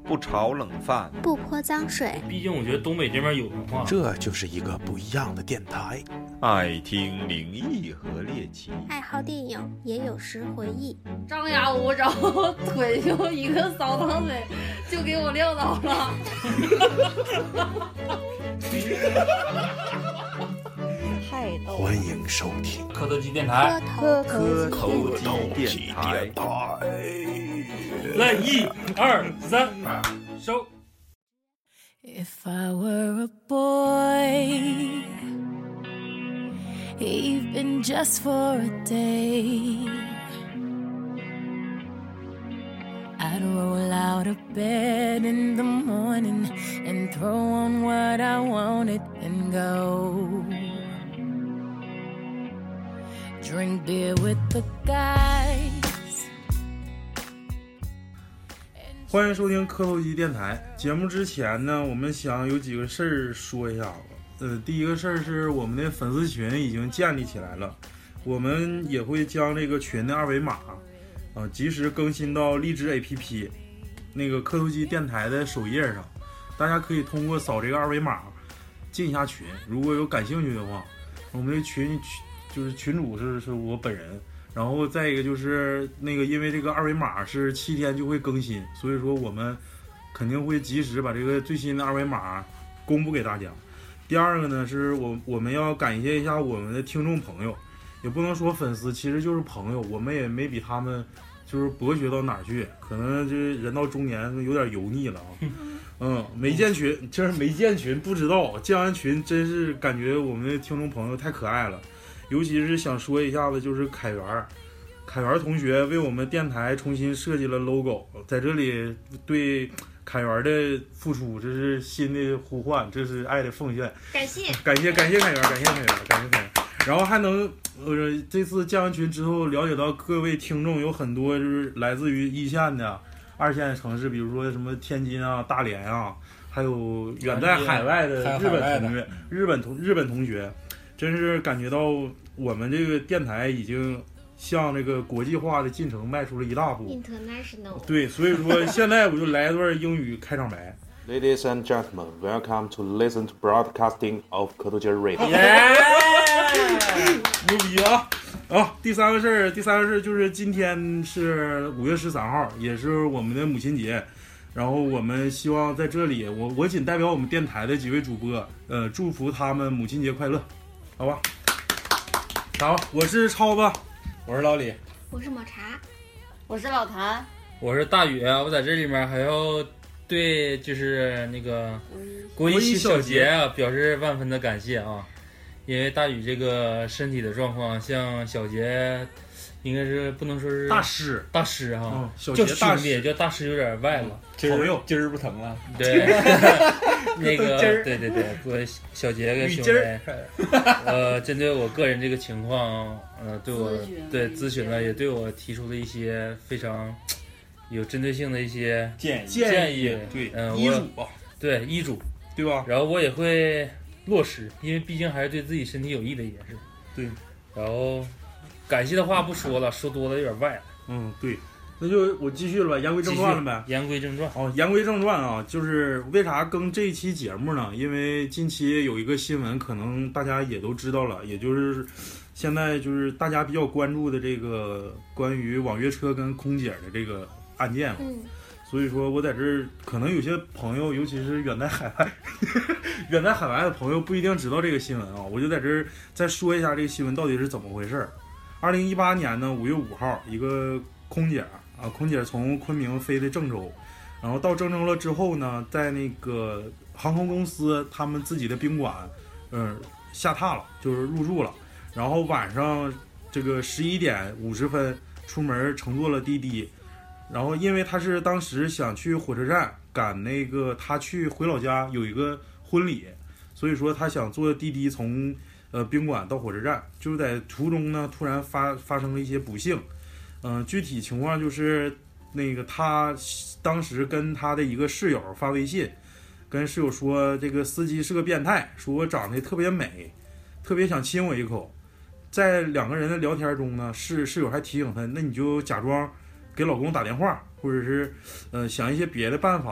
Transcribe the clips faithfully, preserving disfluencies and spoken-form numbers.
不炒冷饭， 不泼脏水。 毕竟我觉得东北这边有文化， 这就是一个不一样的电台。 爱听灵异和猎奇， 爱好电影，也有时回忆。 张牙舞爪，腿就一个扫堂腿就给我撂倒了。 太逗了！ 欢迎收听磕头机电台， 磕磕头头机电台。 来，一二三，收。 If I were a boy, even just for a day, I'd roll out of bed in the morning and throw on what I wanted and go drink beer with the guys. 欢迎收听磕头机电台。节目之前呢，我们想有几个事儿说一下子。呃，第一个事儿是我们的粉丝群已经建立起来了，我们也会将这个群的二维码啊、呃，及时更新到荔枝 A P P 那个磕头机电台的首页上，大家可以通过扫这个二维码进一下群。如果有感兴趣的话，我们的群就是群主是是我本人。然后再一个就是那个，因为这个二维码是七天就会更新，所以说我们肯定会及时把这个最新的二维码公布给大家。第二个呢，是我我们要感谢一下我们的听众朋友，也不能说粉丝，其实就是朋友，我们也没比他们就是博学到哪儿去，可能就是人到中年有点油腻了啊。嗯，没建群，就是没建群，不知道建完群真是感觉我们的听众朋友太可爱了。尤其是想说一下子，就是凯源，凯源同学为我们电台重新设计了 logo， 在这里对凯源的付出，这是新的呼唤，这是爱的奉献， 感谢感谢感谢凯源，感谢凯源，感谢凯源。然后还能呃，这次建完群之后，了解到各位听众有很多就是来自于一线的、二线城市，比如说什么天津啊、大连啊，还有远在海外的日本同学、日本同日本同学。真是感觉到我们这个电台已经向这个国际化的进程迈出了一大步。 International。 对，所以说现在我就来一段英语开场白。 Ladies and gentlemen, welcome to listen to broadcasting of 磕头机 Radio。 牛逼啊！啊，第三个事儿，第三个事儿就是今天是五月十三号，也是我们的母亲节。然后我们希望在这里，我我仅代表我们电台的几位主播，呃，祝福他们母亲节快乐。好吧，好，我是超子， 我是老李， 我是抹茶， 我是老谭， 我是大宇。我在这里面还要对就是那个国一小杰啊表示万分的感谢啊，因为大宇这个身体的状况，像小杰应该是不能说是大师， 大师哈、 嗯，小叫杰大兄弟，叫大师有点外了。 今儿今儿不疼了？对，那个对对对，我小杰跟兄弟，呃，针对我个人这个情况，呃，对我对咨询了，也对我提出了一些非常有针对性的一些建议建议， 对， 嗯， 医嘱吧， 对医嘱， 对吧？ 然后我也会落实，因为毕竟还是对自己身体有益的一件事。 对， 然后感谢的话不说了，说多了有点外了。 嗯，对。那就我继续了吧，言归正传了呗。 言归正传。 哦，言归正传啊，就是为啥更这一期节目呢？因为近期有一个新闻，可能大家也都知道了，也就是现在就是大家比较关注的这个关于网约车跟空姐的这个案件。 嗯。 所以说我在这儿，可能有些朋友，尤其是远在海外、远在海外的朋友，不一定知道这个新闻啊。我就在这儿再说一下这个新闻到底是怎么回事。二零一八年呢，五月五号，一个空姐。啊，空姐从昆明飞的郑州，然后到郑州了之后呢，在那个航空公司他们自己的宾馆，嗯，下榻了，就是入住了。然后晚上这个十一点五十分出门乘坐了滴滴，然后因为他是当时想去火车站赶那个他去回老家有一个婚礼，所以说他想坐滴滴从呃宾馆到火车站，就是在途中呢突然发发生了一些不幸。嗯、呃，具体情况就是那个他当时跟他的一个室友发微信，跟室友说这个司机是个变态，说我长得特别美，特别想亲我一口。在两个人的聊天中呢，室室友还提醒他，那你就假装给老公打电话，或者是呃想一些别的办法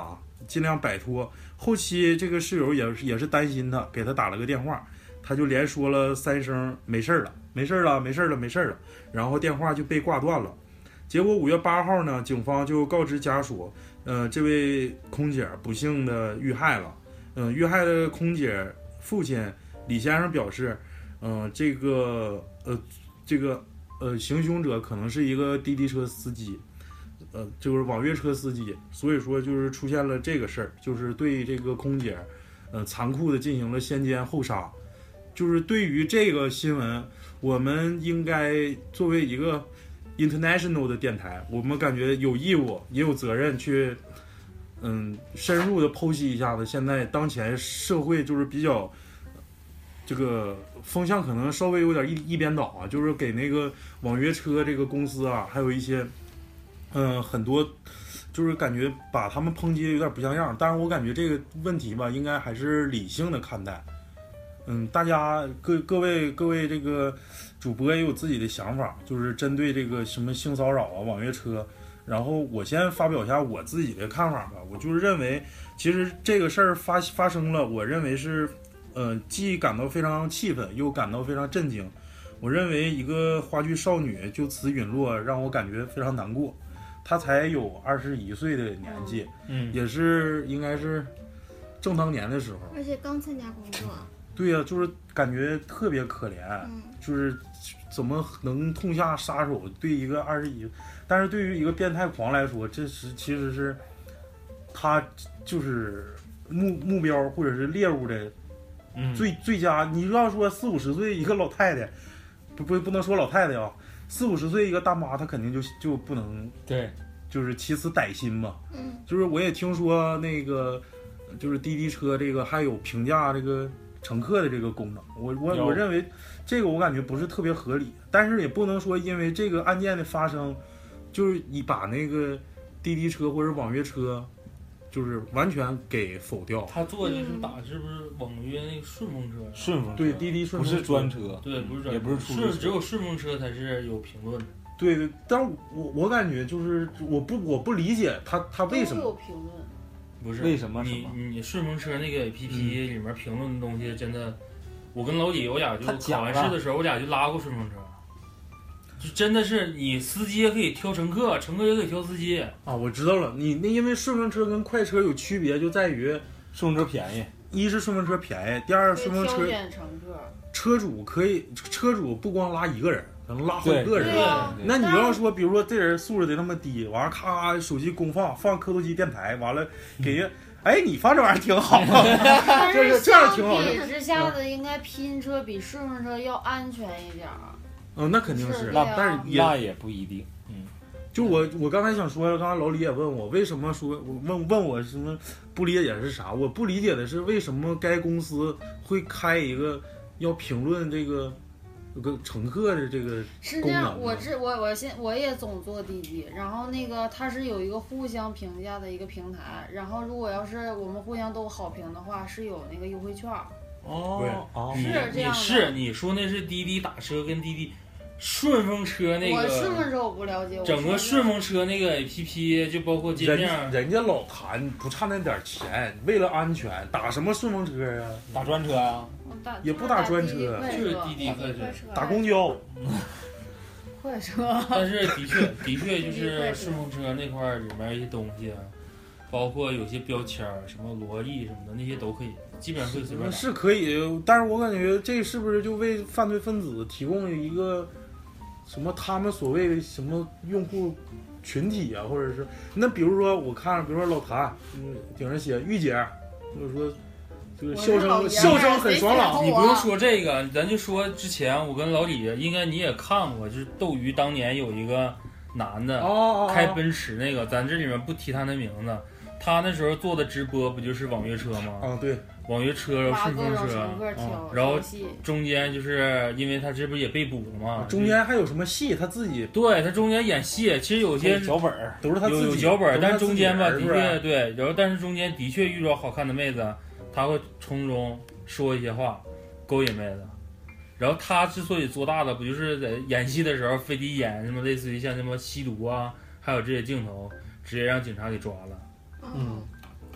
尽量摆脱。后期这个室友也是也是担心他，给他打了个电话，他就连说了三声没事了，没事了，没事了，没事了，然后电话就被挂断了。结果五月八号呢，警方就告知家属，呃，这位空姐不幸的遇害了。嗯、呃，遇害的空姐父亲李先生表示，嗯、呃，这个呃，这个呃，行凶者可能是一个滴滴车司机，呃，就是网约车司机，所以说就是出现了这个事儿，就是对这个空姐，呃，残酷的进行了先奸后杀。就是对于这个新闻，我们应该作为一个 international 的电台，我们感觉有义务也有责任去，嗯，深入的剖析一下子现在当前社会就是比较。这个风向可能稍微有点一一边倒啊，就是给那个网约车这个公司啊，还有一些，嗯、呃，很多，就是感觉把他们抨击的有点不像样。但是我感觉这个问题吧，应该还是理性的看待。嗯，大家各各位各位这个主播也有自己的想法，就是针对这个什么性骚扰啊、网约车。然后我先发表一下我自己的看法吧，我就是认为，其实这个事儿发发生了，我认为是。呃，既感到非常气愤，又感到非常震惊。我认为一个花剧少女就此陨落，让我感觉非常难过。她才有二十一岁的年纪，嗯，也是应该是正当年的时候， 而且刚参加工作。 对呀、啊，就是感觉特别可怜，嗯、就是怎么能痛下杀手对一个二十一，但是对于一个变态狂来说，这是其实是他就是目目标或者是猎物的。最最佳，你要说四五十岁一个老太太，不不不能说老太太啊，四五十岁一个大妈，她肯定就就不能对， 就是起此歹心嘛。 嗯， 就是我也听说那个，就是滴滴车这个还有评价这个乘客的这个功能，我我我认为这个我感觉不是特别合理，但是也不能说因为这个案件的发生，就是你把那个滴滴车或者网约车。就是完全给否掉。 他做的是打是不是网约那个顺风车？ 顺风车对，滴滴顺风车不是专车， 对，不是专车， 也不是出租车， 只有顺风车才是有评论的。 对对，但是我我感觉就是我不我不理解他他为什么有评论？ 不是为什么？ 你你顺风车那个 A P P 里面评论的东西真的，我跟老李我俩就考完试的时候，我俩就拉过顺风车。就真的是你司机也可以挑乘客，乘客也可以挑司机啊！我知道了，你那因为顺风车跟快车有区别，就在于顺风车便宜， 一是顺风车便宜，第二顺风车车主可以车主不光拉一个人，可能拉好几个人。那你要说，比如说这人素质得那么低，完了咔手机公放放磕头机电台，完了给人。哎，你放这玩意儿挺好， 就是这样挺好。 相比之下的，应该拼车比顺风车要安全一点。 嗯，那肯定是， 那但是那也不一定。 嗯，就我我刚才想说，刚才老李也问我为什么说，我问问我什么不理解是啥？我不理解的是为什么该公司会开一个要评论这个这个乘客的这个是这样，我这我我现我也总坐滴滴，然后那个它是有一个互相评价的一个平台，然后如果要是我们互相都好评的话，是有那个优惠券。 哦， 哦， 是这样的。 你是你说那是滴滴打车跟滴滴。顺风车那个， 我顺风车我不了解。 整个顺风车那个 A P P 就包括界面， 人, 人家老谭不差那点钱，为了安全打什么顺风车啊？ 打专车啊？ 也不打专车， 就是滴滴快车， 打公交。 快车。 但是的确的确就是顺风车那块里面一些东西啊，包括有些标签什么萝莉什么的那些都可以。基本上可以随便打。 是可以，但是我感觉这是不是就为犯罪分子提供了一个什么他们所谓的什么用户群体啊，或者是那比如说我看，比如说老谭，嗯，顶上写御姐，或者说这个笑声笑声很爽朗。 你不用说这个，咱就说之前我跟老李，应该你也看过，就是斗鱼当年有一个男的哦开奔驰那个，咱这里面不提他的名字。他那时候做的直播不就是网约车吗？ 啊，对， 网约车，然后顺风车， 啊、 然后中间就是因为他这不也被捕了吗？ 中间还有什么戏？他自己对他中间演戏，其实有些脚本都是他自己有有脚本，但是中间吧的确对，然后但是中间的确遇到好看的妹子，他会从中说一些话，勾引妹子。然后他之所以做大了，不就是在演戏的时候非得演什么类似于像什么吸毒啊，还有这些镜头，直接让警察给抓了。 嗯，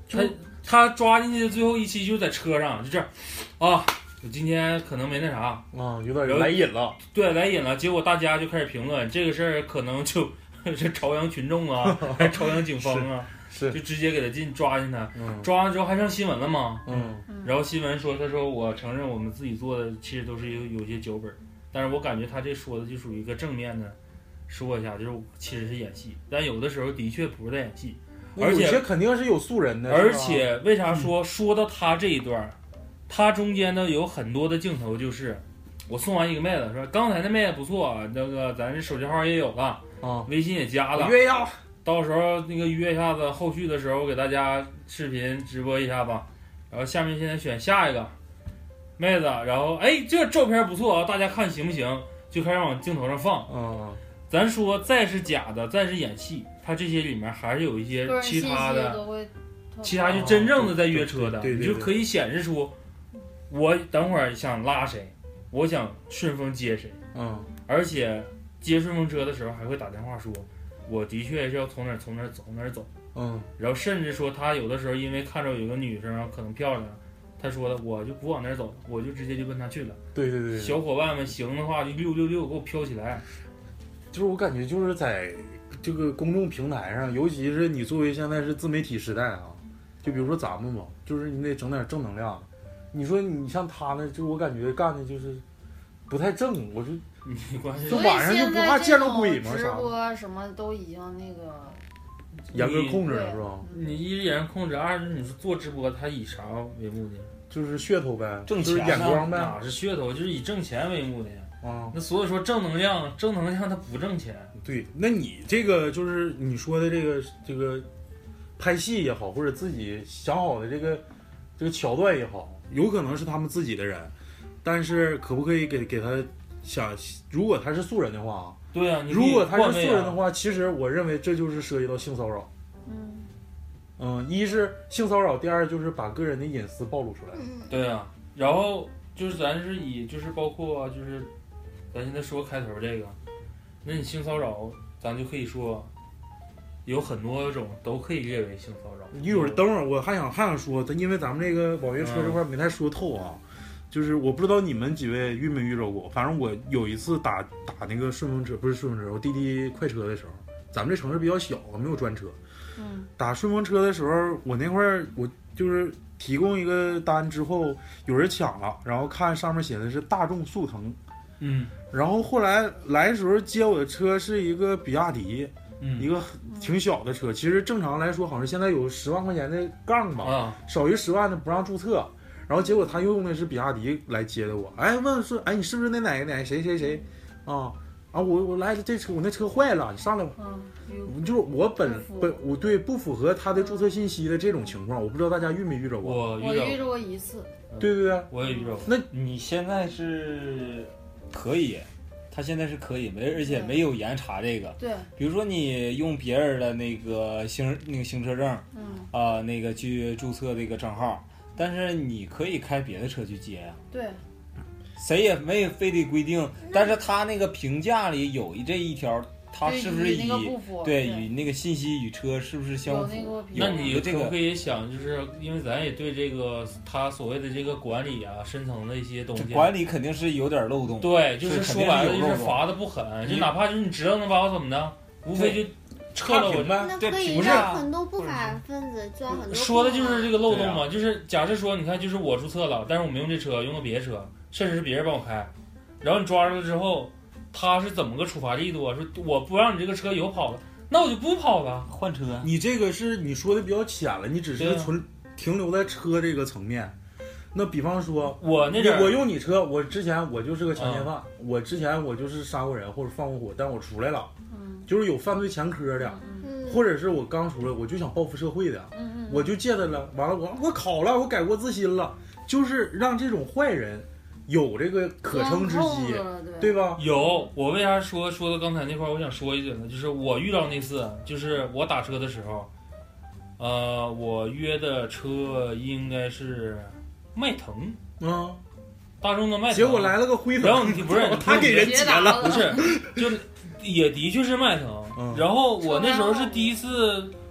他他抓进去的最后一期就在车上，就这样啊，我今天可能没那啥啊，有点来瘾了。 对，来瘾了。结果大家就开始评论这个事儿，可能就是朝阳群众啊，还是朝阳警方啊， 是就直接给他进抓进他。 嗯、 抓完之后还上新闻了吗？ 嗯， 然后新闻说，他说我承认我们自己做的其实都是有有些脚本，但是我感觉他这说的就属于一个正面的说一下，就是其实是演戏，但有的时候的确不是在演戏。而且有些肯定是有素人的， 而且为啥说、嗯、说到他这一段，他中间呢有很多的镜头，就是我送完一个妹子说，刚才那妹子不错，那个咱这手机号也有了啊，微信也加了， 约一下， 到时候那个约一下子，后续的时候给大家视频直播一下吧。然后下面现在选下一个妹子，然后哎这照片不错啊，大家看行不行？就开始往镜头上放。 嗯， 咱说再是假的，再是演戏。他这些里面还是有一些其他的，其他就真正的在约车的， 啊、对对对对你就可以显示出，我等会儿想拉谁，我想顺风接谁， 嗯， 而且接顺风车的时候还会打电话说，我的确是要从哪儿从哪儿走哪儿走， 嗯， 然后甚至说他有的时候因为看着有个女生可能漂亮，他说的我就不往那儿走，我就直接就奔他去了， 对对 对, 对， 小伙伴们行的话就六六六给我飘起来， 就是我感觉就是在。这个公众平台上，尤其是你作为现在是自媒体时代啊，就比如说咱们嘛，就是你得整点正能量的。你说你像他呢，就我感觉干的就是不太正，我就你关系就晚上就不怕见着鬼吗？ 直播什么都已经那个严格控制了，是吧？ 你一是严格控制，二是你说做直播，他以啥为目的？ 就是噱头呗， 挣钱、 就是眼光呗。 哪是噱头？就是以挣钱为目的。 啊， 那所以说正能量，正能量它不挣钱。 对，那你这个就是你说的这个这个拍戏也好，或者自己想好的这个这个桥段也好，有可能是他们自己的人，但是可不可以给给他想，如果他是素人的话， 对啊， 如果他是素人的话，其实我认为这就是涉及到性骚扰。 嗯嗯，一是性骚扰，第二就是把个人的隐私暴露出来。 对啊，然后就是咱是以就是包括就是。咱现在说开头这个，那你性骚扰，咱就可以说有很多种都可以列为性骚扰。 一会儿等会儿我还想还想说，因为咱们这个网约车这块没太说透啊，嗯、就是我不知道你们几位遇没遇着过，反正我有一次打打那个顺风车，不是顺风车，我滴滴快车的时候，咱们这城市比较小，没有专车。 嗯。 打顺风车的时候，我那块儿我就是提供一个单之后，有人抢了，然后看上面写的是大众速腾。 嗯， 然后后来来的时候接我的车是一个比亚迪， 嗯， 一个挺小的车，其实正常来说好像现在有十万块钱的杠吧， 啊， 少于十万的不让注册。然后结果他用的是比亚迪来接的我，哎，问说，哎，你是不是那哪个哪个谁谁谁啊？啊，我我来这车我那车坏了，你上来吧。 嗯， 就是我本本我对不符合他的注册信息的这种情况，我不知道大家遇没遇着过。 我我遇着过一次。 对对对， 我也遇着过。 那你现在是？可以，他现在是可以，没而且没有严查这个。 对， 比如说你用别人的那个行那个行车证， 嗯啊、呃，那个去注册这个账号，但是你可以开别的车去接呀。 对， 谁也没非得规定，但是他那个评价里有一这一条。他是不是以对与那个信息与车是不是相符？ 那你这个可以想，就是因为咱也对这个他所谓的这个管理啊、深层的一些东西， 管理肯定是有点漏洞。 对，就是说白了就是罚的不狠，就哪怕就是你知道能把我怎么的，无非就撤了我呗。那可以让很多不法分子钻很多。 说的就是这个漏洞嘛，就是假设说，你看，就是我注册了，但是我没用这车，用个别的车，甚至是别人帮我开，然后你抓着了之后。他是怎么个处罚力度啊？说我不让你这个车以后跑了，那我就不跑了， 换车。 你这个是你说的比较浅了，你只是纯停留在车这个层面。那比方说， 我那我用你车，我之前我就是个强奸犯，嗯、我之前我就是杀过人或者放过火，但我出来了， 嗯、 就是有犯罪前科的， 嗯、 或者是我刚出来我就想报复社会的， 嗯、 我就戒他了，完了我我考了，我改过自新了，就是让这种坏人。有这个可乘之机，对吧？ 有，我为啥说说到刚才那块，我想说一嘴呢，就是我遇到那次，就是我打车的时候，呃，我约的车应该是迈腾， 嗯， 大众的迈腾， 结果来了个辉腾， 然后你不是他给人劫了， 不是，就是也的确是迈腾， 嗯、 然后我那时候是第一次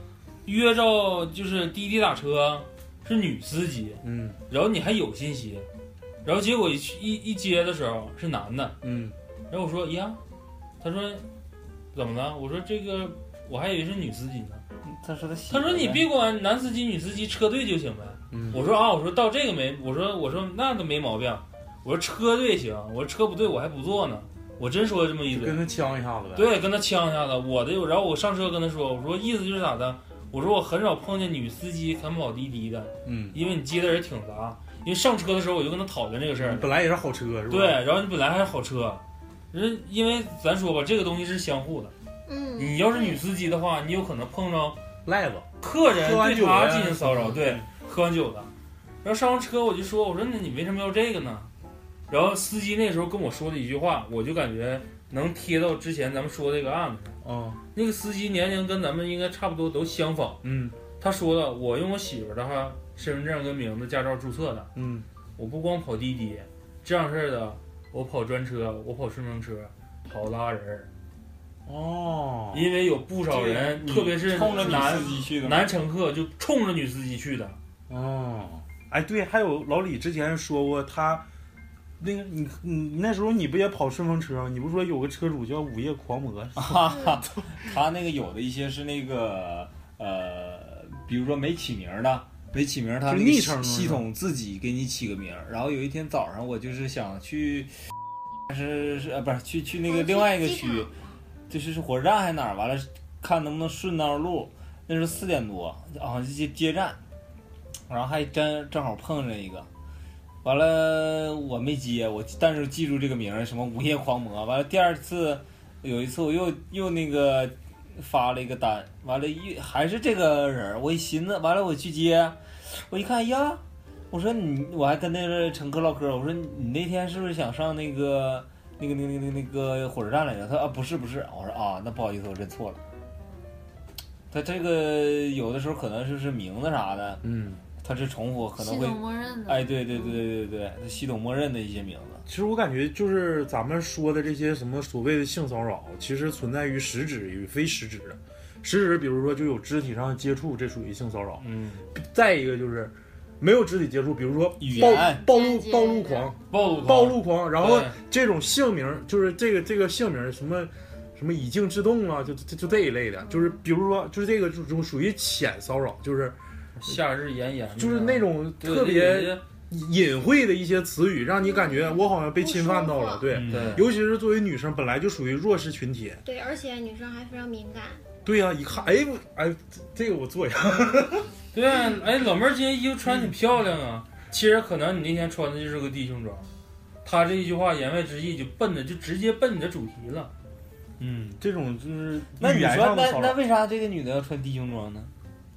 约着就是滴滴打车是女司机， 嗯， 然后你还有信息，然后结果一一一接的时候是男的， 嗯， 然后我说呀，他说怎么了？我说这个我还以为是女司机呢。 他说他他说你别管男司机女司机车队就行呗。 嗯， 我说啊，我说到这个没，我说我说那都没毛病。我说车队行，我说车不对我还不做呢。我真说了这么一嘴， 跟他呛一下子呗。 对，跟他呛一下子。我的，然后我上车跟他说，我说意思就是咋的？我说我很少碰见女司机肯跑滴滴的， 嗯， 因为你接的人挺杂。因为上车的时候我就跟他讨论这个事儿， 本来也是好车是吧？ 对，然后你本来还是好车，人因为咱说吧，这个东西是相互的。 嗯， 你要是女司机的话，你有可能碰着赖子客人对他进行骚扰， 嗯、 对，喝完酒的。然后上完车我就说，我说那你为什么要这个呢？然后司机那时候跟我说的一句话，我就感觉能贴到之前咱们说的这个案子上。 哦， 那个司机年龄跟咱们应该差不多，都相仿。 嗯， 他说了，我用我媳妇儿的哈身份证跟名字、驾照注册的。 嗯， 我不光跑滴滴，这样式的，我跑专车，我跑顺风车，跑拉人。 哦， 因为有不少人，特别是冲着男女司机去的， 男乘客就冲着女司机去的。 哦，哎，对，还有老李之前说过他。那个你你那时候你不也跑顺风车吗？你不说有个车主叫午夜狂魔？ 哈哈，他那个有的一些是那个呃，比如说没起名的，没起名，他那个系统自己给你起个名。然后有一天早上我就是想去，是是呃不是去去那个另外一个区，就是是火车站还是哪儿？完了看能不能顺道路。那时候四点多，好像接接站，然后还真正好碰上一个。完了我没接我，但是记住这个名什么午夜狂魔。完了第二次有一次我又又那个发了一个单，完了又还是这个人，我一寻思，完了我去接，我一看呀，我说你，我还跟那个乘客唠嗑，我说你那天是不是想上那个那个那个那个那个火车站来着？他说啊不是不是，我说啊那不好意思我认错了。他这个有的时候可能就是名字啥的， 嗯。 它是重复，可能会系统默认的。 哎，对对对对对对，它系统默认的一些名字。 其实我感觉就是咱们说的这些什么所谓的性骚扰，其实存在于实质与非实质的。实质比如说就有肢体上接触，这属于性骚扰。 嗯。 再一个就是没有肢体接触，比如说暴暴露暴露狂、 暴露暴露狂，然后这种姓名就是这个这个姓名什么什么已经制动啊，就就就这一类的，就是比如说就是这个就就属于浅骚扰，就是。 夏日炎炎， 就是那种特别隐晦的一些词语，让你感觉我好像被侵犯到了。对， 对， 尤其是作为女生，本来就属于弱势群体。 对，而且女生还非常敏感。 对呀、啊，一看，哎，哎，这个我做一下。 对啊，哎，老妹儿今天衣服穿挺漂亮啊。其实可能你那天穿的就是个低胸装，他这一句话言外之意就奔着就直接奔你的主题了。 嗯，这种就是那你说那那为啥这个女的要穿低胸装呢？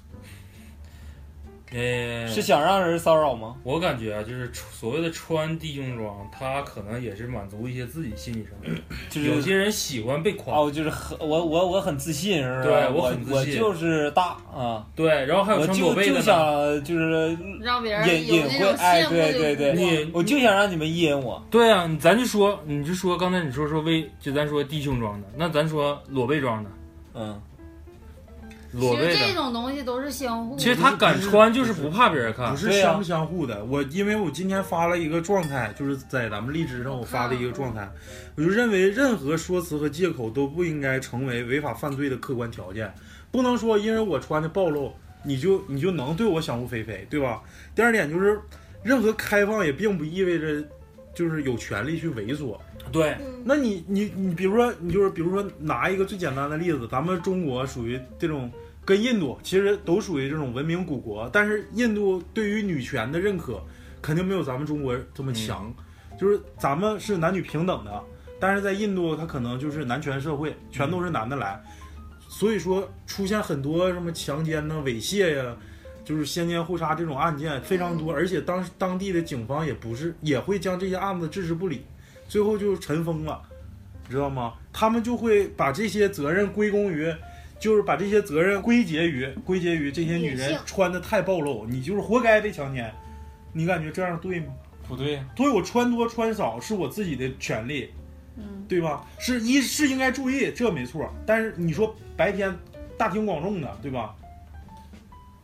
呃， 是想让人骚扰吗？ 我感觉啊，就是所谓的穿低胸装，他可能也是满足一些自己心理上的。 就是有些人喜欢被夸， 哦，就是很我我我很自信，是吧？ 对我很自信， 我就是大啊。 对，然后还有穿裸背的， 我就就想就是让别人隐隐晦，哎，对对对， 你我就想让你们意淫我。 对啊，咱就说，你就说刚才你说说微，就咱说低胸装的，那咱说裸背装的， 嗯。 裸背的， 其实这种东西都是相互的。 其实他敢穿就是不怕别人看， 不是相不相互的。啊、我因为我今天发了一个状态，就是在咱们荔枝上我发的一个状态，我就认为任何说辞和借口都不应该成为违法犯罪的客观条件，不能说因为我穿的暴露，你就你就能对我想入非非，对吧？第二点就是，任何开放也并不意味着就是有权利去猥琐。 对， 那你你你比如说你就是比如说拿一个最简单的例子，咱们中国属于这种跟印度其实都属于这种文明古国，但是印度对于女权的认可肯定没有咱们中国这么强、嗯、就是咱们是男女平等的，但是在印度它可能就是男权社会，全都是男的来、嗯、所以说出现很多什么强奸呢、猥亵呀，就是先奸后杀这种案件非常多，而且当当地的警方也不是也会将这些案子置之不理，最后就尘封了，知道吗？他们就会把这些责任归功于，就是把这些责任归结于归结于这些女人穿的太暴露，你就是活该被强奸。你感觉这样对吗？ 不对呀。 对，我穿多穿少是我自己的权利， 嗯， 对吧？是一是应该注意，这没错。但是你说白天大庭广众的，对吧？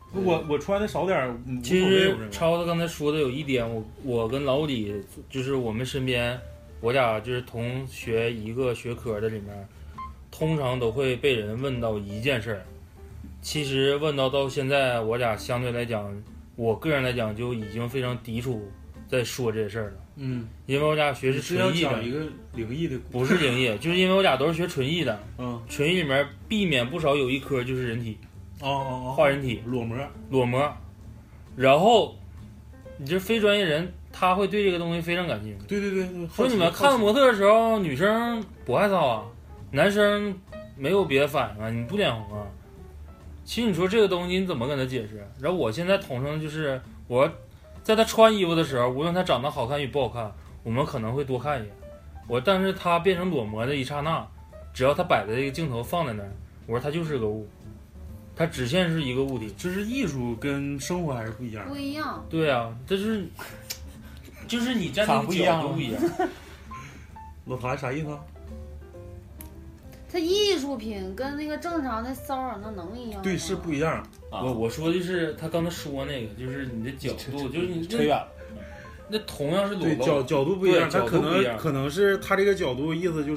我我穿的少点， 其实超子刚才说的有一点，我我跟老李就是我们身边，我俩就是同学一个学科的里面，通常都会被人问到一件事儿。其实问到到现在，我俩相对来讲，我个人来讲就已经非常抵触在说这事儿了。 嗯， 因为我俩学是纯艺的， 一个灵异的， 不是灵异，就是因为我俩都是学纯艺的。 嗯， 纯艺里面避免不少有一科就是人体。 哦哦哦， 画人体裸模， 裸模，然后你这非专业人，他会对这个东西非常感兴趣。 对对对对， 说你们看模特的时候，女生不害臊啊，男生没有别的反应啊，你不脸红啊？其实你说这个东西你怎么跟他解释？然后我现在统称就是，我在他穿衣服的时候，无论他长得好看与不好看，我们可能会多看一眼。我但是他变成裸模的一刹那，只要他摆的这个镜头放在那儿，我说他就是个物。它只限是一个物体， 这是艺术跟生活还是不一样。 不一样。 对啊，这是，就是你站那个角度不一样。 老谭啥意思？ 它艺术品跟那个正常的骚扰那能一样吗？ 对，是不一样。 啊、我我说的是他刚才说那个，就是你的角度，就是你扯远了。 那同样是裸露， 对角角度不一样，他可能可能是他这个角度意思就是。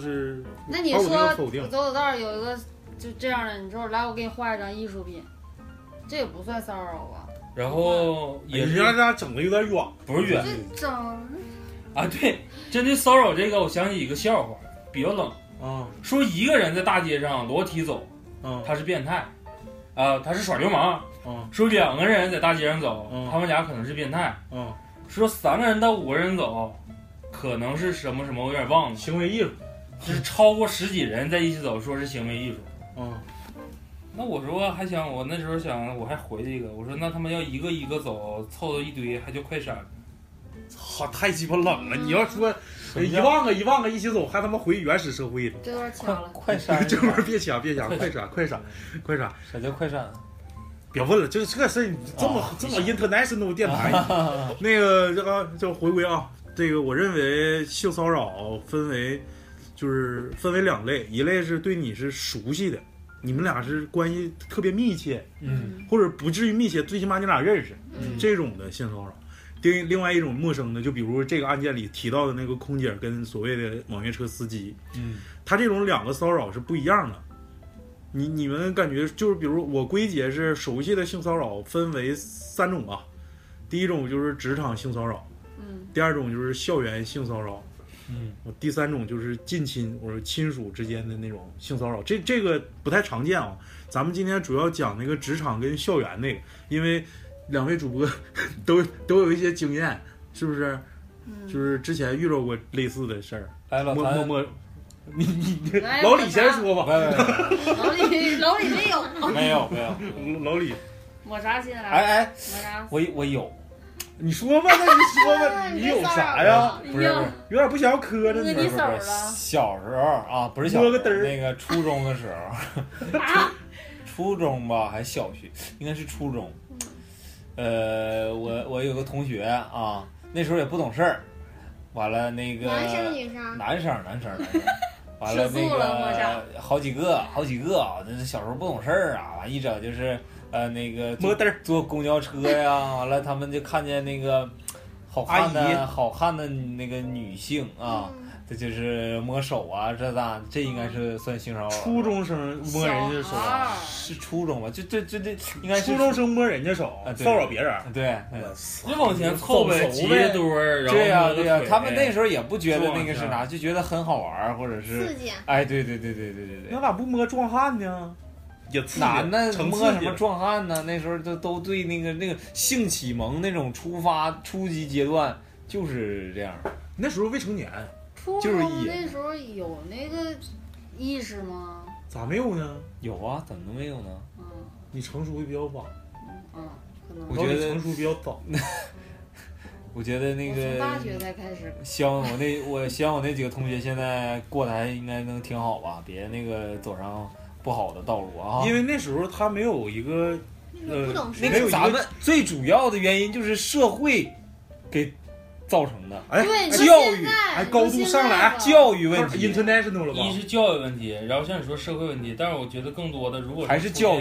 那你说走走道有一个。就这样的，你说来，我给你画一张艺术品，这也不算骚扰吧？ 然后也是让大家整的有点远， 不是远， 这整啊，对，针对骚扰这个，我想起一个笑话，比较冷啊， 说一个人在大街上裸体走， 啊， 他是变态，啊，他是耍流氓， 啊， 说两个人在大街上走， 啊、 他们俩可能是变态， 啊， 说三个人到五个人走，可能是什么什么，我有点忘了， 行为艺术， 就是超过十几人在一起走，说是行为艺术。 嗯， 那我说还想，我那时候想，我还回了一个，我说那他们要一个一个走，凑到一堆，还叫快闪。 操，太鸡巴冷了！你要说一万个一万个一起走，还他妈回原始社会呢。 这段掐了， 快闪， 这会儿别掐别掐，快闪快闪快闪。 啥叫快闪？ 别问了，这这事儿这么、哦、这么 international 电台，啊、那个这个就回归啊，这个我认为性骚扰分为。就是分为两类，一类是对你是熟悉的，你们俩是关系特别密切， 嗯， 或者不至于密切，最起码你俩认识， 嗯， 这种的性骚扰。另另外一种陌生的，就比如这个案件里提到的那个空姐跟所谓的网约车司机， 嗯， 他这种两个骚扰是不一样的。你你们感觉就是，比如我归结是熟悉的性骚扰分为三种啊，第一种就是职场性骚扰， 嗯， 第二种就是校园性骚扰。 嗯， 第三种就是近亲或者亲属之间的那种性骚扰，这这个不太常见啊。咱们今天主要讲那个职场跟校园那个，因为两位主播都都有一些经验，是不是？ 嗯， 就是之前遇到过类似的事儿。 来，老谭，摸摸，你你老李先说吧。 老李老李没有， 没有没有， 老李抹啥心来？ 哎哎， 抹啥？ 我我有。 你说吧，那你说吧，你有啥呀？ 不是， 有点不想要磕着你。 不是不是，小时候啊，不是小时候，那个初中的时候，初中吧，还小学，应该是初中。呃，我我有个同学啊，那时候也不懂事儿，完了那个男生女生， 男生男生男生，完了那个好几个好几个啊，那是小时候不懂事儿啊，完一整就是。呃，那个坐坐公交车呀，完了他们就看见那个好看的好看的那个女性啊，这、嗯、就是摸手啊，这咋这应该是算性骚扰。 初中生摸人家手啊， 是初中吧？就这这这应该是初中生摸人家手， 啊、 骚扰别人。 对， 就往前凑呗，挤一堆儿， 对呀对呀，他们那时候也不觉得那个是啥，就觉得很好玩，或者是刺激。 哎，对对对对对对对。 那咋不摸壮汉呢？ 男的摸什么壮汉呢？那时候都都对那个那个性启蒙那种出发初级阶段就是这样。 那时候未成年， 就是那时候有那个意识吗？ 咋没有呢？ 有啊，怎么能没有呢？ 嗯， 你成熟的比较晚。 嗯，可能我觉得成熟比较早。 我觉得那个从大学才开始。 希望我那我希望我那几个同学现在过得还应该能挺好吧，别那个走上。不好的道路啊， 因为那时候他没有一个，呃， 那个咱们最主要的原因就是社会给造成的， 哎， 教育，哎，高度上来， 教育问题 ，international 了吧？ 一是教育问题，然后像你说社会问题，但是我觉得更多的如果还是教育，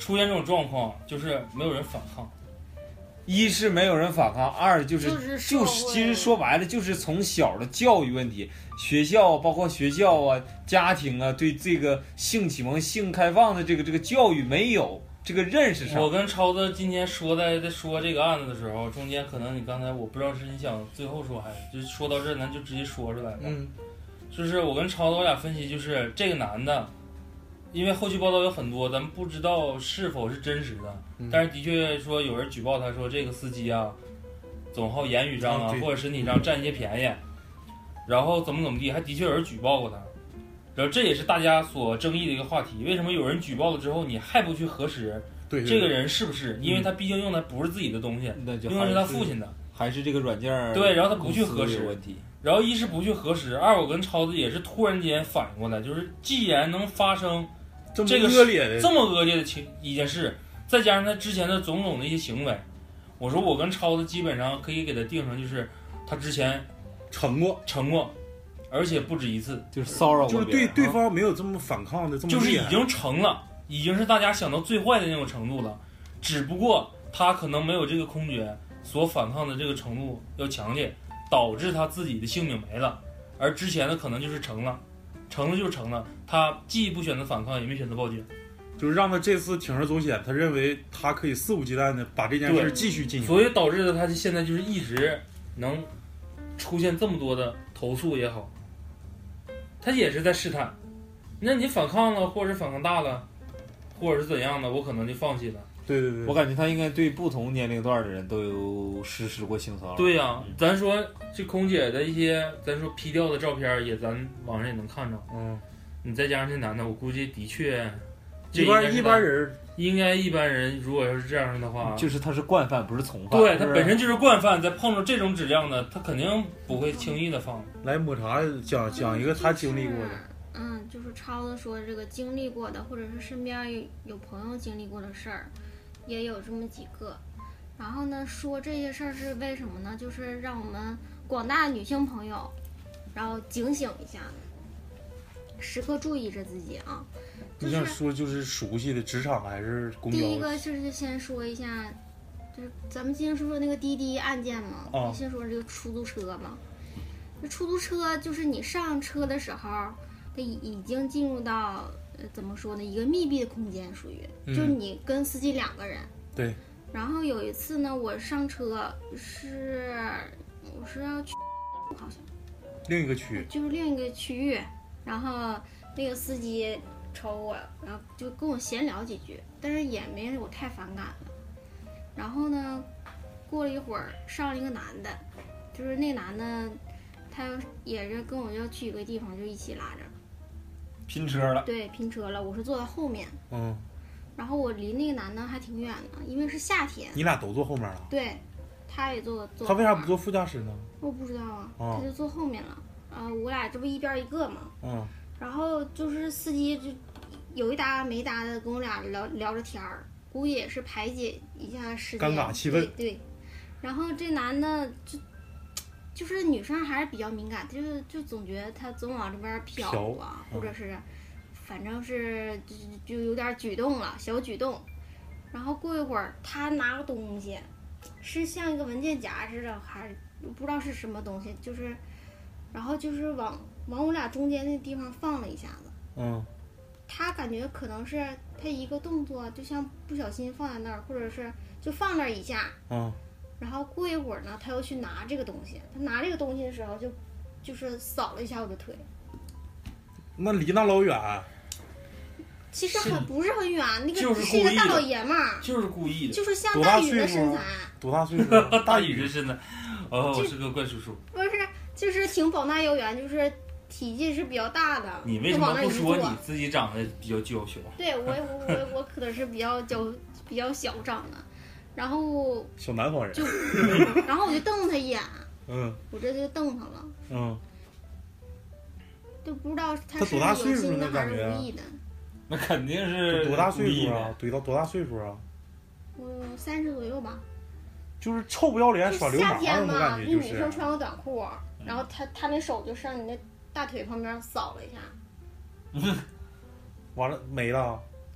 出现这种状况，就是没有人反抗。 一是没有人反抗，二就是就是就是其实说白了就是从小的教育问题，学校包括学校啊、家庭啊，对这个性启蒙、性开放的这个这个教育没有这个认识上。 我跟超子今天说在在说这个案子的时候，中间可能你刚才我不知道是你想最后说还是就是说到这，咱就直接说出来吧。 嗯， 就是我跟超子我俩分析，就是这个男的。因为后续报道有很多，咱们不知道是否是真实的，嗯、但是的确说有人举报他说这个司机啊，总好言语上啊、嗯、或者身体上占一些便宜，然后怎么怎么地，还的确有人举报过他，然后这也是大家所争议的一个话题。为什么有人举报了之后，你还不去核实对这个人是不是？因为他毕竟用的不是自己的东西， 嗯、 用的是他父亲的， 还是这个软件对，然后他不去核实问题。 然后一是不去核实，二我跟超子也是突然间反应过来，就是既然能发生。这个恶劣的这么恶劣的情一件事，再加上他之前的种种的一些行为，我说我跟超子基本上可以给他定成就是他之前成过成过，而且不止一次， 就是骚扰过就是对对方没有这么反抗的这么就是已经成了，已经是大家想到最坏的那种程度了，只不过他可能没有这个空觉所反抗的这个程度要强烈，导致他自己的性命没了，而之前的可能就是成了。成了就是成了，他既不选择反抗，也没选择报警， 就是让他这次铤而走险。他认为他可以肆无忌惮的把这件事继续进行， 所以导致的他现在就是一直能出现这么多的投诉也好，他也是在试探。那你反抗了，或者是反抗大了，或者是怎样的，我可能就放弃了。 对对对， 我感觉他应该对不同年龄段的人都有实施过性骚扰。 对呀、啊嗯，咱说这空姐的一些，咱说 P 掉的照片也，咱网上也能看着。 嗯， 你再加上这男的，我估计的确， 一般一般人应该一般人如果要是这样的话， 就是他是惯犯，不是从犯。 对他本身就是惯犯，再碰着这种质量的，他肯定不会轻易的放。 来抹茶讲讲一个他经历过的。 嗯，就是超子说这个经历过的，或者是身边有朋友经历过的事儿。也有这么几个，然后呢，说这些事儿是为什么呢？就是让我们广大女性朋友，然后警醒一下，时刻注意着自己啊。 你想说就是熟悉的职场还是公交？ 第一个就是先说一下，就是咱们今天说说那个滴滴案件嘛， 啊、 先说这个出租车嘛。这出租车就是你上车的时候，它已已经进入到。呃，怎么说呢？一个密闭的空间，属于、嗯、就是你跟司机两个人。 对。 然后有一次呢，我上车是我是要去，好像另一个区， 就是另一个区域。然后那个司机瞅我，然后就跟我闲聊几句，但是也没有太反感的。然后呢，过了一会儿，上了一个男的，就是那男的，他也是跟我要去一个地方，就一起拉着。 拼车了， 对，拼车了。我是坐在后面， 嗯， 然后我离那个男的还挺远的，因为是夏天。 你俩都坐后面了？ 对，他也坐坐。 他为啥不坐副驾驶呢？ 我不知道啊， 哦、 他就坐后面了。啊、呃，我俩这不一边一个嘛。 嗯。 然后就是司机就有一搭没搭的跟我俩聊聊着天儿，估计也是排解一下时间尴尬气氛。 对对。然后这男的就。就是女生还是比较敏感，就是就总觉得他总往这边飘啊， 飘或者是，反正是就就有点举动了，小举动。然后过一会儿，他拿个东西，是像一个文件夹似的，还是不知道是什么东西，就是，然后就是往往我俩中间那地方放了一下子。 嗯。 他感觉可能是他一个动作，就像不小心放在那儿，或者是就放那儿一下。 嗯。 然后过一会儿呢，他又去拿这个东西。他拿这个东西的时候就，就是扫了一下我的腿。 那离那老远。 其实很不是很远，那个是一个大老爷们儿， 就是故意的， 就是像大宇的身材。 多大岁数？ 大宇的身材。哦，是个怪叔叔。 不是，就是挺膀大腰圆，就是体积是比较大的。 你为什么不说你自己长得比较娇小？ 对我，我我我可能是比较娇、比较小长的。然后小南方人就，然后我就瞪他一眼， 嗯， 我这就瞪他了， 嗯， 就不知道他是有心的还是无意的。 那肯定是多大岁数啊？怼到多大岁数啊？ 我三十左右吧。 就是臭不要脸耍流氓， 夏天嘛， 那女生穿个短裤，然后他他那手就上你那大腿旁边扫了一下， 完了没了。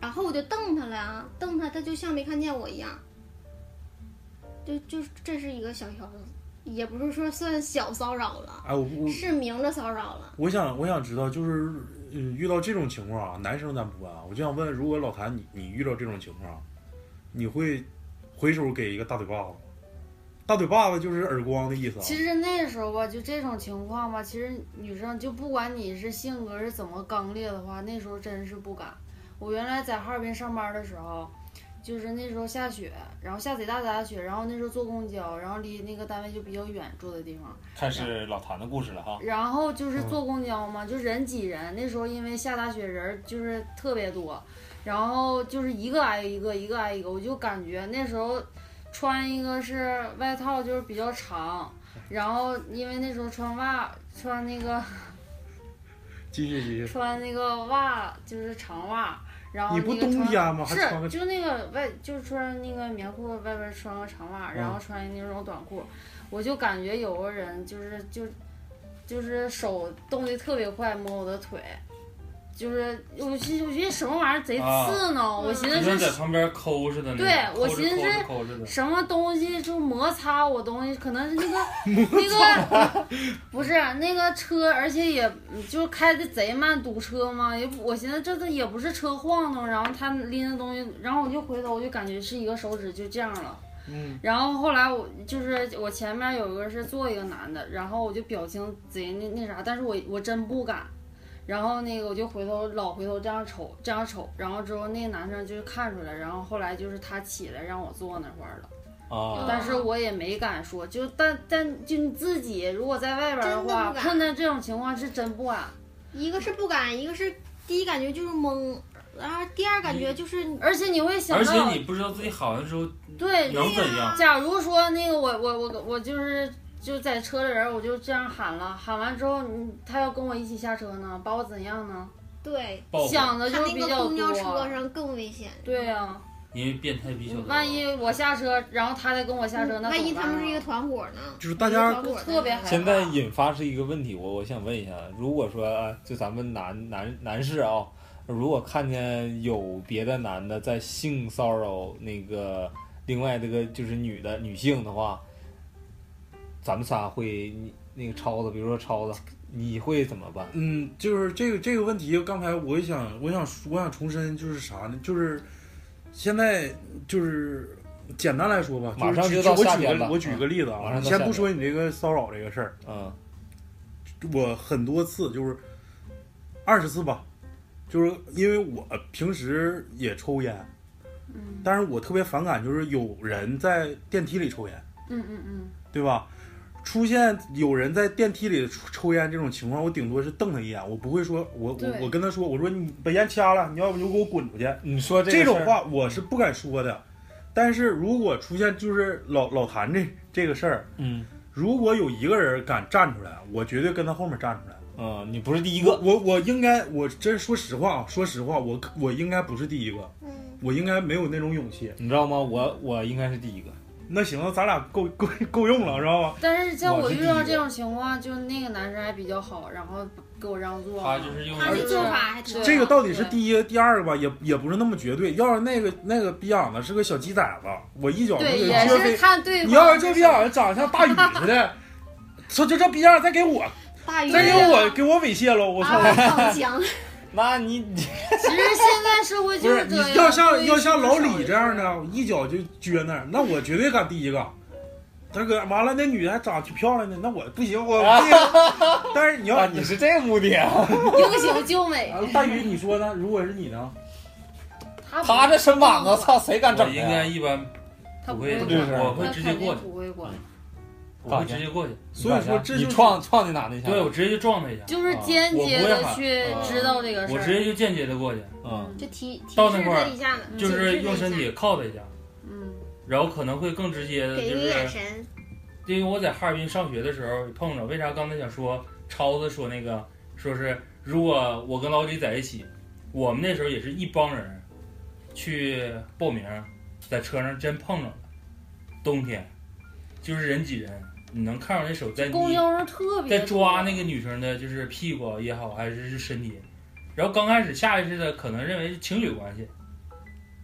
然后我就瞪他了啊，瞪他，他就像没看见我一样。就就这是一个小小的，也不是说算小骚扰了， 哎，我是明着骚扰了。 我想我想知道，就是呃遇到这种情况啊，男生咱不问啊，我就想问，如果老谭你你遇到这种情况，你会回手给一个大嘴巴子吗？大嘴巴子就是耳光的意思啊。 其实那时候吧，就这种情况吧，其实女生就不管你是性格是怎么刚烈的话，那时候真是不敢。我原来在哈尔滨上班的时候，就是那时候下雪，然后下贼大贼大雪，然后那时候坐公交，然后离那个单位就比较远，住的地方。 开始老谭的故事了哈。 然后就是坐公交嘛，就人挤人。那时候因为下大雪，人就是特别多，然后就是一个挨一个，一个挨一个，我就感觉那时候。穿一个是外套，就是比较长，然后因为那时候穿袜，穿那个， 继续继续， 穿那个袜就是长袜，然后你不冬天吗？ 是就那个外就是穿那个棉裤，外边穿个长袜，然后穿那种短裤，我就感觉有个人就是就就是手动得特别快，摸我的腿。就是我我觉得什么玩意儿贼刺挠，啊、我寻思是在旁边抠似的。 对，我寻思是什么东西就摩擦我东西，可能是那个那个不是那个车，而且也就开的贼慢，堵车嘛。也我寻思这都也不是车晃动，然后他拎的东西，然后我就回头我就感觉是一个手指就这样了。 嗯， 然后后来我就是我前面有一个是坐一个男的，然后我就表情贼那那啥，但是我我真不敢。然后那个我就回头老回头这样瞅这样瞅，然后之后那个男生就是看出来，然后后来就是他起来让我坐那块儿了，啊，但是我也没敢说，就但但就你自己如果在外边的话，碰到这种情况是真不敢， 一个是不敢，一个是第一感觉就是懵，然后第二感觉就是， 而且你会想到， 而且你不知道自己好的时候对能怎样。 假如说那个我我我我就是。就在车里人，我就这样喊了，喊完之后，他要跟我一起下车呢，把我怎样呢？ 对， 想的就比较多。他那个公交车上更危险。 对呀、啊， 因为变态比较多。 万一我下车，然后他再跟我下车，那万一他们是一个团伙呢？ 就是大家特别害怕。 现在引发是一个问题，我我想问一下，如果说啊，就咱们男男男士啊，如果看见有别的男的在性骚扰那个另外这个就是女的女性的话。咱们仨会，你那个超子，比如说超子，你会怎么办？ 嗯，就是这个这个问题，刚才我想，我想，我想重申，就是啥呢？就是现在就是简单来说吧， 马上就到夏天了。 我举个例子啊，先不说你这个骚扰这个事儿，嗯，我很多次就是二十次吧，就是因为我平时也抽烟，嗯，但是我特别反感就是有人在电梯里抽烟， 嗯嗯嗯， 对吧？出现有人在电梯里抽烟这种情况，我顶多是瞪他一眼，我不会说我我我跟他说，我说你把烟掐了，你要不就给我滚出去。 你说这, 这种话我是不敢说的，但是如果出现就是老老谭这这个事儿， 嗯， 如果有一个人敢站出来，我绝对跟他后面站出来。 嗯，你不是第一个， 我我, 我应该，我真说实话啊，说实话，我我应该不是第一个，嗯，我应该没有那种勇气， 你知道吗？我我应该是第一个。 那行，咱俩够够够用了，知道吧？ 但是像我遇到这种情况，就那个男生还比较好，然后给我让座。 他就是用他的做法还挺。 这个到底是第一、第二个吧，也也不是那么绝对。要是那个那个逼养子是个小鸡崽子，我一脚就给撅飞。 对， 你要是这逼养子长得像大禹似的，说就这逼样再给我， 再给我给我猥亵了，我操！ 那你其实现在社会就是这样， 要像要像老李这样的，一脚就撅那儿，那我绝对敢第一个。大哥，完了那女的还长得挺漂亮的，那我不行，我不行。但是你要、 啊、你是这个目的啊？ 优秀就美。 大宇，你说呢？如果是你呢？ 他他这身板子，操，谁敢整？ 应该一般不会，我会直接过去。 不会管。 我会直接过去， 所以说这你撞撞那男的一下， 对我直接就撞他一下， 就是间接的去知道这个事儿， 我直接就间接的过去， 嗯，就提到那块儿就是用身体靠他一下， 嗯， 然后可能会更直接的，就是因为我在哈尔滨上学的时候碰着，为啥刚才想说超子说那个，说是如果我跟老李在一起，我们那时候也是一帮人去报名，在车上真碰着了，冬天就是人挤人。你能看着那手在公交上特别在抓那个女生的，就是屁股也好，还是是身体。然后刚开始下意识的可能认为是情侣关系，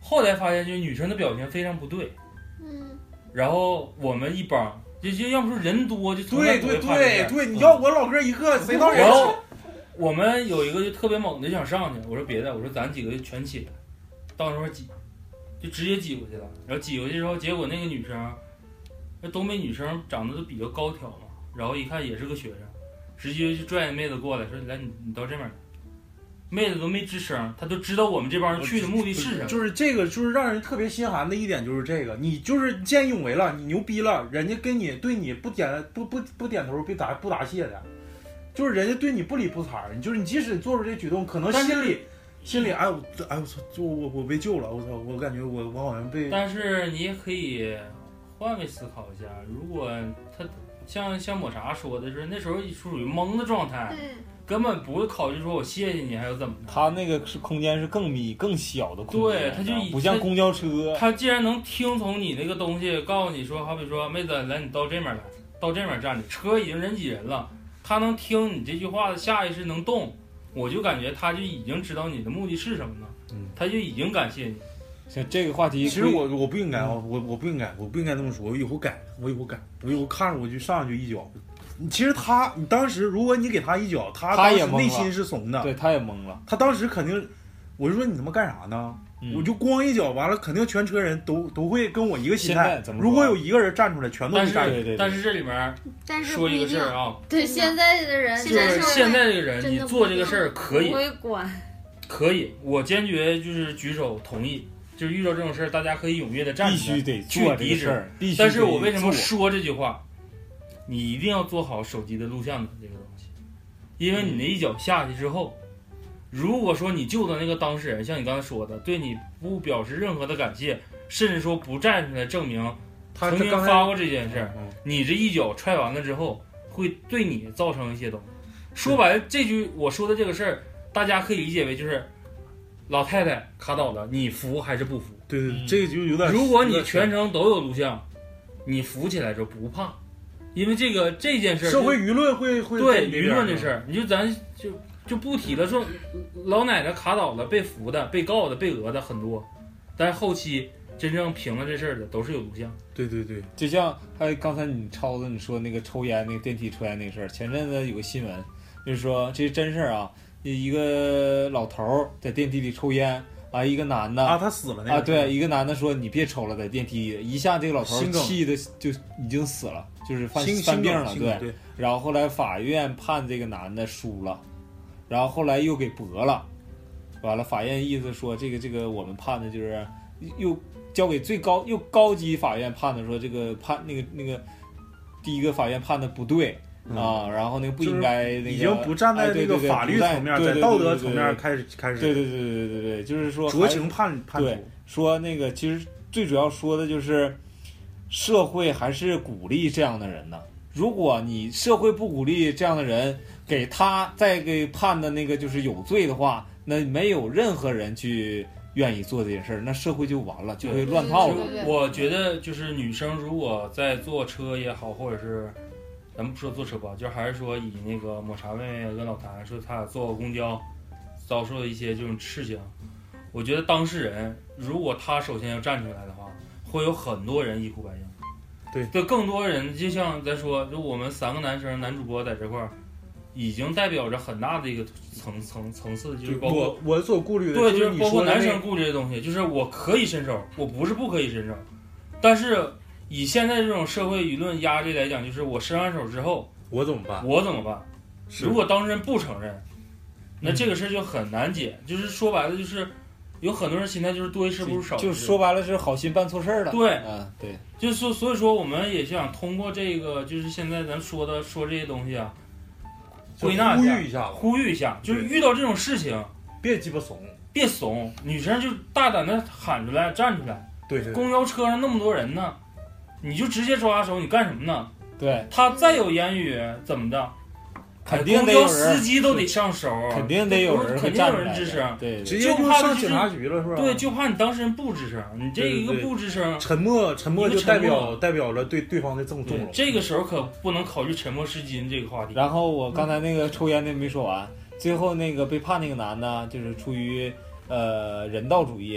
后来发现就是女生的表情非常不对， 嗯， 然后我们一帮就就要不说人多就从来对对不会怕这事对对，你要我老哥一个，谁到人然后我们有一个就特别猛的想上去，我说别的，我说咱几个就全起来，到那块挤，就直接挤过去了。然后挤过去之后，结果那个女生，那东北女生长得都比较高挑嘛，然后一看也是个学生，直接就拽着妹子过来说：“来，你你到这边来。”妹子都没吱声，她都知道我们这帮人去的目的是什么。 就是这个，就是让人特别心寒的一点，就是这个，你就是见义勇为了，你牛逼了，人家跟你对你不点不不不点头，不答不答谢的，就是人家对你不理不睬，你就是你即使做出这举动，可能心里心里哎我哎我操，就我我被救了，我操，我感觉我我好像被。 但是你也可以换位思考一下，如果他像像抹茶说的是，那时候属于懵的状态。根本不会考虑说我谢谢你还有怎么的， 他那个是空间是更密更小的空间， 对，他就不像公交车。 他既然能听从你那个东西，告诉你说，好比说妹子来，你到这边来，到这边站着，车已经人挤人了，他能听你这句话的下意识能动，我就感觉他就已经知道你的目的是什么了，嗯，他就已经感谢你。 像这个话题， 其实我我不应该，我我我不应该，我不应该这么说，我以后改，我以后改，我以后看着我就上去一脚。其实他，你当时如果你给他一脚，他当时内心是怂的， 对，他也懵了。 他当时肯定，我就说你他妈干啥呢？嗯、我就光一脚，完了肯定全车人都都会跟我一个心态。如果有一个人站出来，全都会站出来。 对对对。但是这里面说一个事儿啊， 对现在的人， 就是现在这个人，你做这个事儿可以， 不会管， 可以，我坚决就是举手同意。就是遇到这种事儿，大家可以踊跃的站出来， 必须得做这个事儿。必须。 但是我为什么说这句话？你一定要做好手机的录像的这个东西，因为你那一脚下去之后，如果说你救的那个当事人像你刚才说的，对你不表示任何的感谢，甚至说不站出来证明曾经发过这件事，你这一脚踹完了之后，会对你造成一些东西。说白了，这句我说的这个事儿，大家可以理解为就是老太太卡倒了，你扶还是不扶？ 对对，这个就有点。 如果你全程都有录像，你扶起来就不怕。因为这个这件事， 社会舆论会会对舆论的事儿，你就咱就就不提了。说老奶奶卡倒了，被扶的、被告的、被讹的很多，但是后期真正评了这事儿的都是有录像。 对对对， 就像还有刚才你超子你说那个抽烟那个电梯抽烟那个事儿，前阵子有个新闻，就是说这是真事儿啊，一个老头在电梯里抽烟。啊，一个男的啊，他死了那个啊，对，一个男的说你别抽了，在电梯里，一下这个老头气的就已经死了，就是犯犯病了，对。 对。 然后后来法院判这个男的输了，然后后来又给驳了，完了法院意思说这个这个我们判的就是又交给最高又高级法院判的说这个判那个那个第一个法院判的不对。 嗯、 啊，然后那个不应该那个， 已经不站在那个法律层面， 哎、 在道德层面开始开始， 对对对对对对，就是说酌情判判处。对，说那个其实最主要说的就是社会还是鼓励这样的人的。如果你社会不鼓励这样的人，给他再给判的那个就是有罪的话，那没有任何人去愿意做这件事儿，那社会就完了，就会乱套了。 我觉得就是女生如果在坐车也好，或者是。咱们不说坐车吧，就还是说以那个抹茶妹妹跟老谭说他俩坐公交遭受的一些这种事情，我觉得当事人如果他首先要站出来的话，会有很多人一呼百应。 对， 对，更多人就像咱说，就我们三个男生男主播在这块儿，已经代表着很大的一个层层层次，就是包括我我所顾虑的， 对，就是包括男生顾虑的东西，就是我可以伸手，我不是不可以伸手，但是。以现在这种社会舆论压力来讲，就是我伸完手之后， 我怎么办？ 我怎么办？如果当事人不承认，那这个事就很难解。嗯、就是说白了，就是有很多人心态就是多一事不如少一事， 就说白了是好心办错事了。 对， 嗯，对， 就是说，所以说我们也想通过这个，就是现在咱说的说这些东西啊，归纳呼吁一下， 呼吁一下，就是遇到这种事情， 别鸡巴怂， 别怂，女生就大胆的喊出来，站出来。 对对。 公交车上那么多人呢。你就直接抓手，你干什么呢？ 对他再有言语怎么的， 肯定得有人， 公交司机都得上手， 肯定得有人， 肯定有人吱声， 对， 直接就上警察局了，是吧？ 对，就怕你当事人不吱声，你这一个不吱声， 沉默，沉默就代表代表了对对方的赠送了。 这个时候可不能考虑沉默是金这个话题。 然后我刚才那个抽烟的没说完，最后那个被判那个男的，就是出于呃人道主义。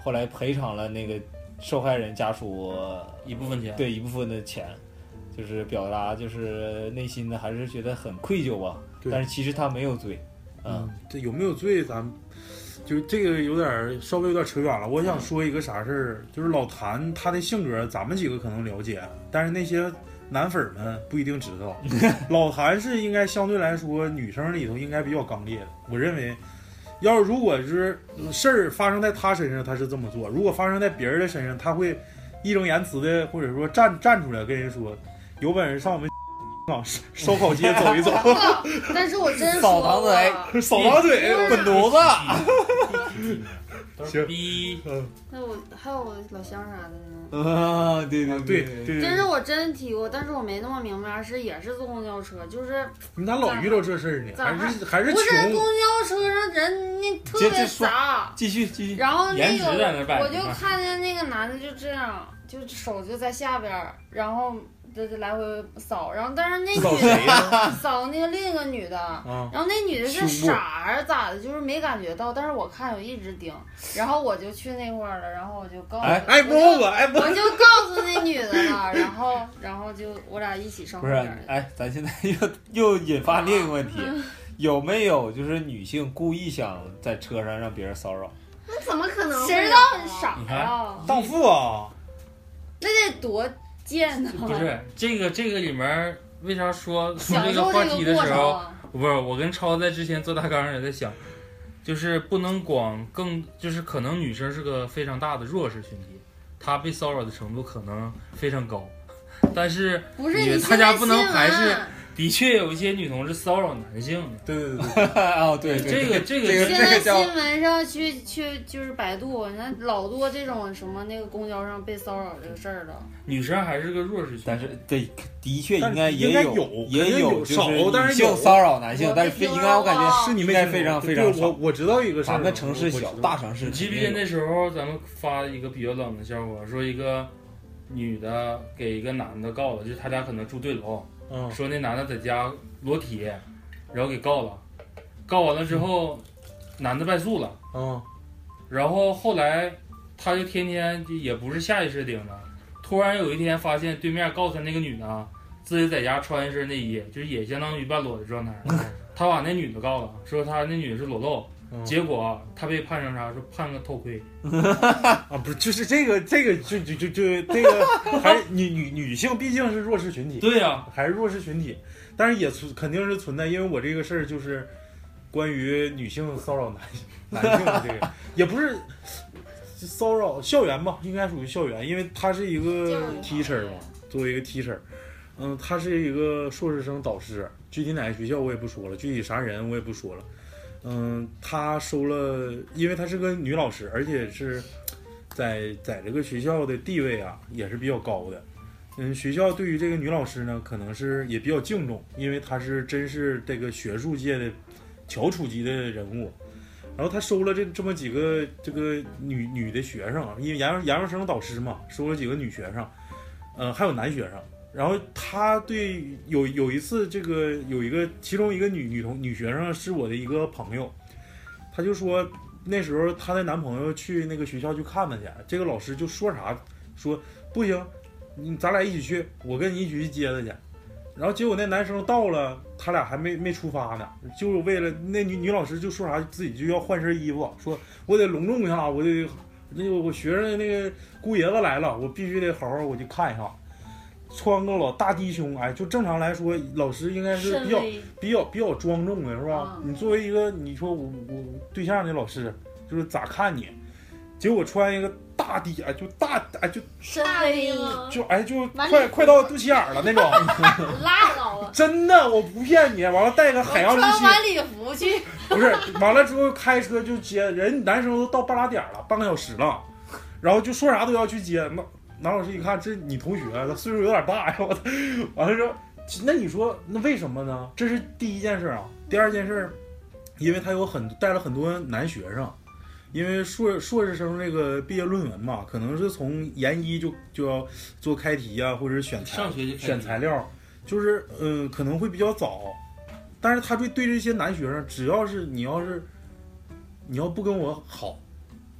后来赔偿了那个受害人家属一部分钱， 对一部分的钱，就是表达就是内心的还是觉得很愧疚吧。但是其实他没有罪。 嗯，这有没有罪咱们就这个有点稍微有点扯远了。我想说一个啥事儿，就是老谭他的性格咱们几个可能了解，但是那些男粉们不一定知道。老谭是应该相对来说女生里头应该比较刚烈的，我认为要是如果是事儿发生在他身上他是这么做，如果发生在别人的身上他会义正言辞的或者说站站出来跟人说有本事上我们烧烤街走一走。 但是我真扫堂嘴， 扫堂嘴， 滚犊子。 行，逼。 还有还有老乡啥的呢？ 啊，对对对对。 这是我真提过，但是我没那么明白，是也是坐公交车，就是你咋老遇到这事儿呢？还是还是不是公交车上人那特别杂。 继续继续。 然后那个我就那看见那个男的就这样，就手就在下边，然后。就就来回扫，然后但是那女的扫那个另一个女的， 啊、 然后那女的是傻还是咋的，就是没感觉到，但是我看有一直盯，然后我就去那块儿了，然后我就告诉， 哎哎摸我，哎我就告诉那女的了，然后然后就我俩一起上后边。 不是，哎，咱现在又又引发另一个问题，有没有就是女性故意想在车上让别人骚扰？ 那怎么可能？ 谁知道很傻呀？ 荡妇啊！ 那得多。贱的不是这个这个里面为啥说说这个话题的时候，不是我跟超在之前做大纲也在想，就是不能光更就是可能女生是个非常大的弱势群体，她被骚扰的程度可能非常高，但是不是你大家不能排斥。的确有一些女同志骚扰男性的， 对对对对， 哦对， 这个这个现在新闻上去去就是百度，那老多这种什么那个公交上被骚扰这个事儿了。 女生还是个弱势群体， 但是对，的确应该也有也有少， 但是性骚扰男性，但是应该我感觉是你们应该非常非常少。 我我知道一个事儿， 咱们城市小，大城市。 记不记得那时候咱们发一个比较冷的笑话，说一个女的给一个男的告了，就是他俩可能住对楼。 嗯、 说那男的在家裸体，然后给告了，告完了之后，嗯、男的败诉了， 嗯， 然后后来他就天天就也不是下意识顶着，突然有一天发现对面告他那个女的自己在家穿一身内衣，就是也相当于半裸的状态，他把那女的告了，说他那女的是裸露。 嗯、 结果他被判成啥？说判个偷窥啊，不是，就是这个这个就就就就这个还是女女女性毕竟是弱势群体， 对呀、啊， 还是弱势群体，但是也存肯定是存在，因为我这个事儿就是关于女性骚扰男男性的这个，也不是骚扰校园吧，应该属于校园，因为他是一个 teacher 嘛，作为一个 teacher， 嗯，他是一个硕士生导师，具体哪个学校我也不说了，具体啥人我也不说了。嗯，他收了，因为他是个女老师，而且是在在这个学校的地位啊也是比较高的。嗯，学校对于这个女老师呢，可能是也比较敬重，因为她是真是这个学术界的翘楚级的人物。然后他收了这这么几个这个女女的学生啊，因为研究研究生导师嘛，收了几个女学生，呃，还有男学生。然后他对有有一次这个有一个其中一个女女同女学生是我的一个朋友，他就说那时候她的男朋友去那个学校去看她去，这个老师就说啥说不行，你咱俩一起去，我跟你一起去接她去。然后结果那男生到了，他俩还没没出发呢，就是为了那女女老师就说啥自己就要换身衣服，说我得隆重一下，我得那个我学生那个姑爷子来了，我必须得好好我去看一下。穿个老大低胸，哎，就正常来说，老师应该是比较比较比较庄重的，是吧？嗯、你作为一个你说我我对象的老师，就是咋看你？结果穿一个大低，哎，就大哎就深 V， 就哎就快快到肚脐眼了那种， 拉倒了， 真的，我不骗你。完了带个海洋之心， 穿晚礼服去， 不是，完了之后开车就接人，男生都到半拉点了，半个小时了，然后就说啥都要去接那。男老师一看，这你同学，他岁数有点大呀，我操！完了说，那你说那为什么呢？这是第一件事啊。第二件事，因为他有很带了很多男学生，因为硕硕士生这个毕业论文嘛，可能是从研一就就要做开题啊，或者是选材选材料，就是嗯、呃、可能会比较早。但是他对对这些男学生，只要是你要是你要不跟我好，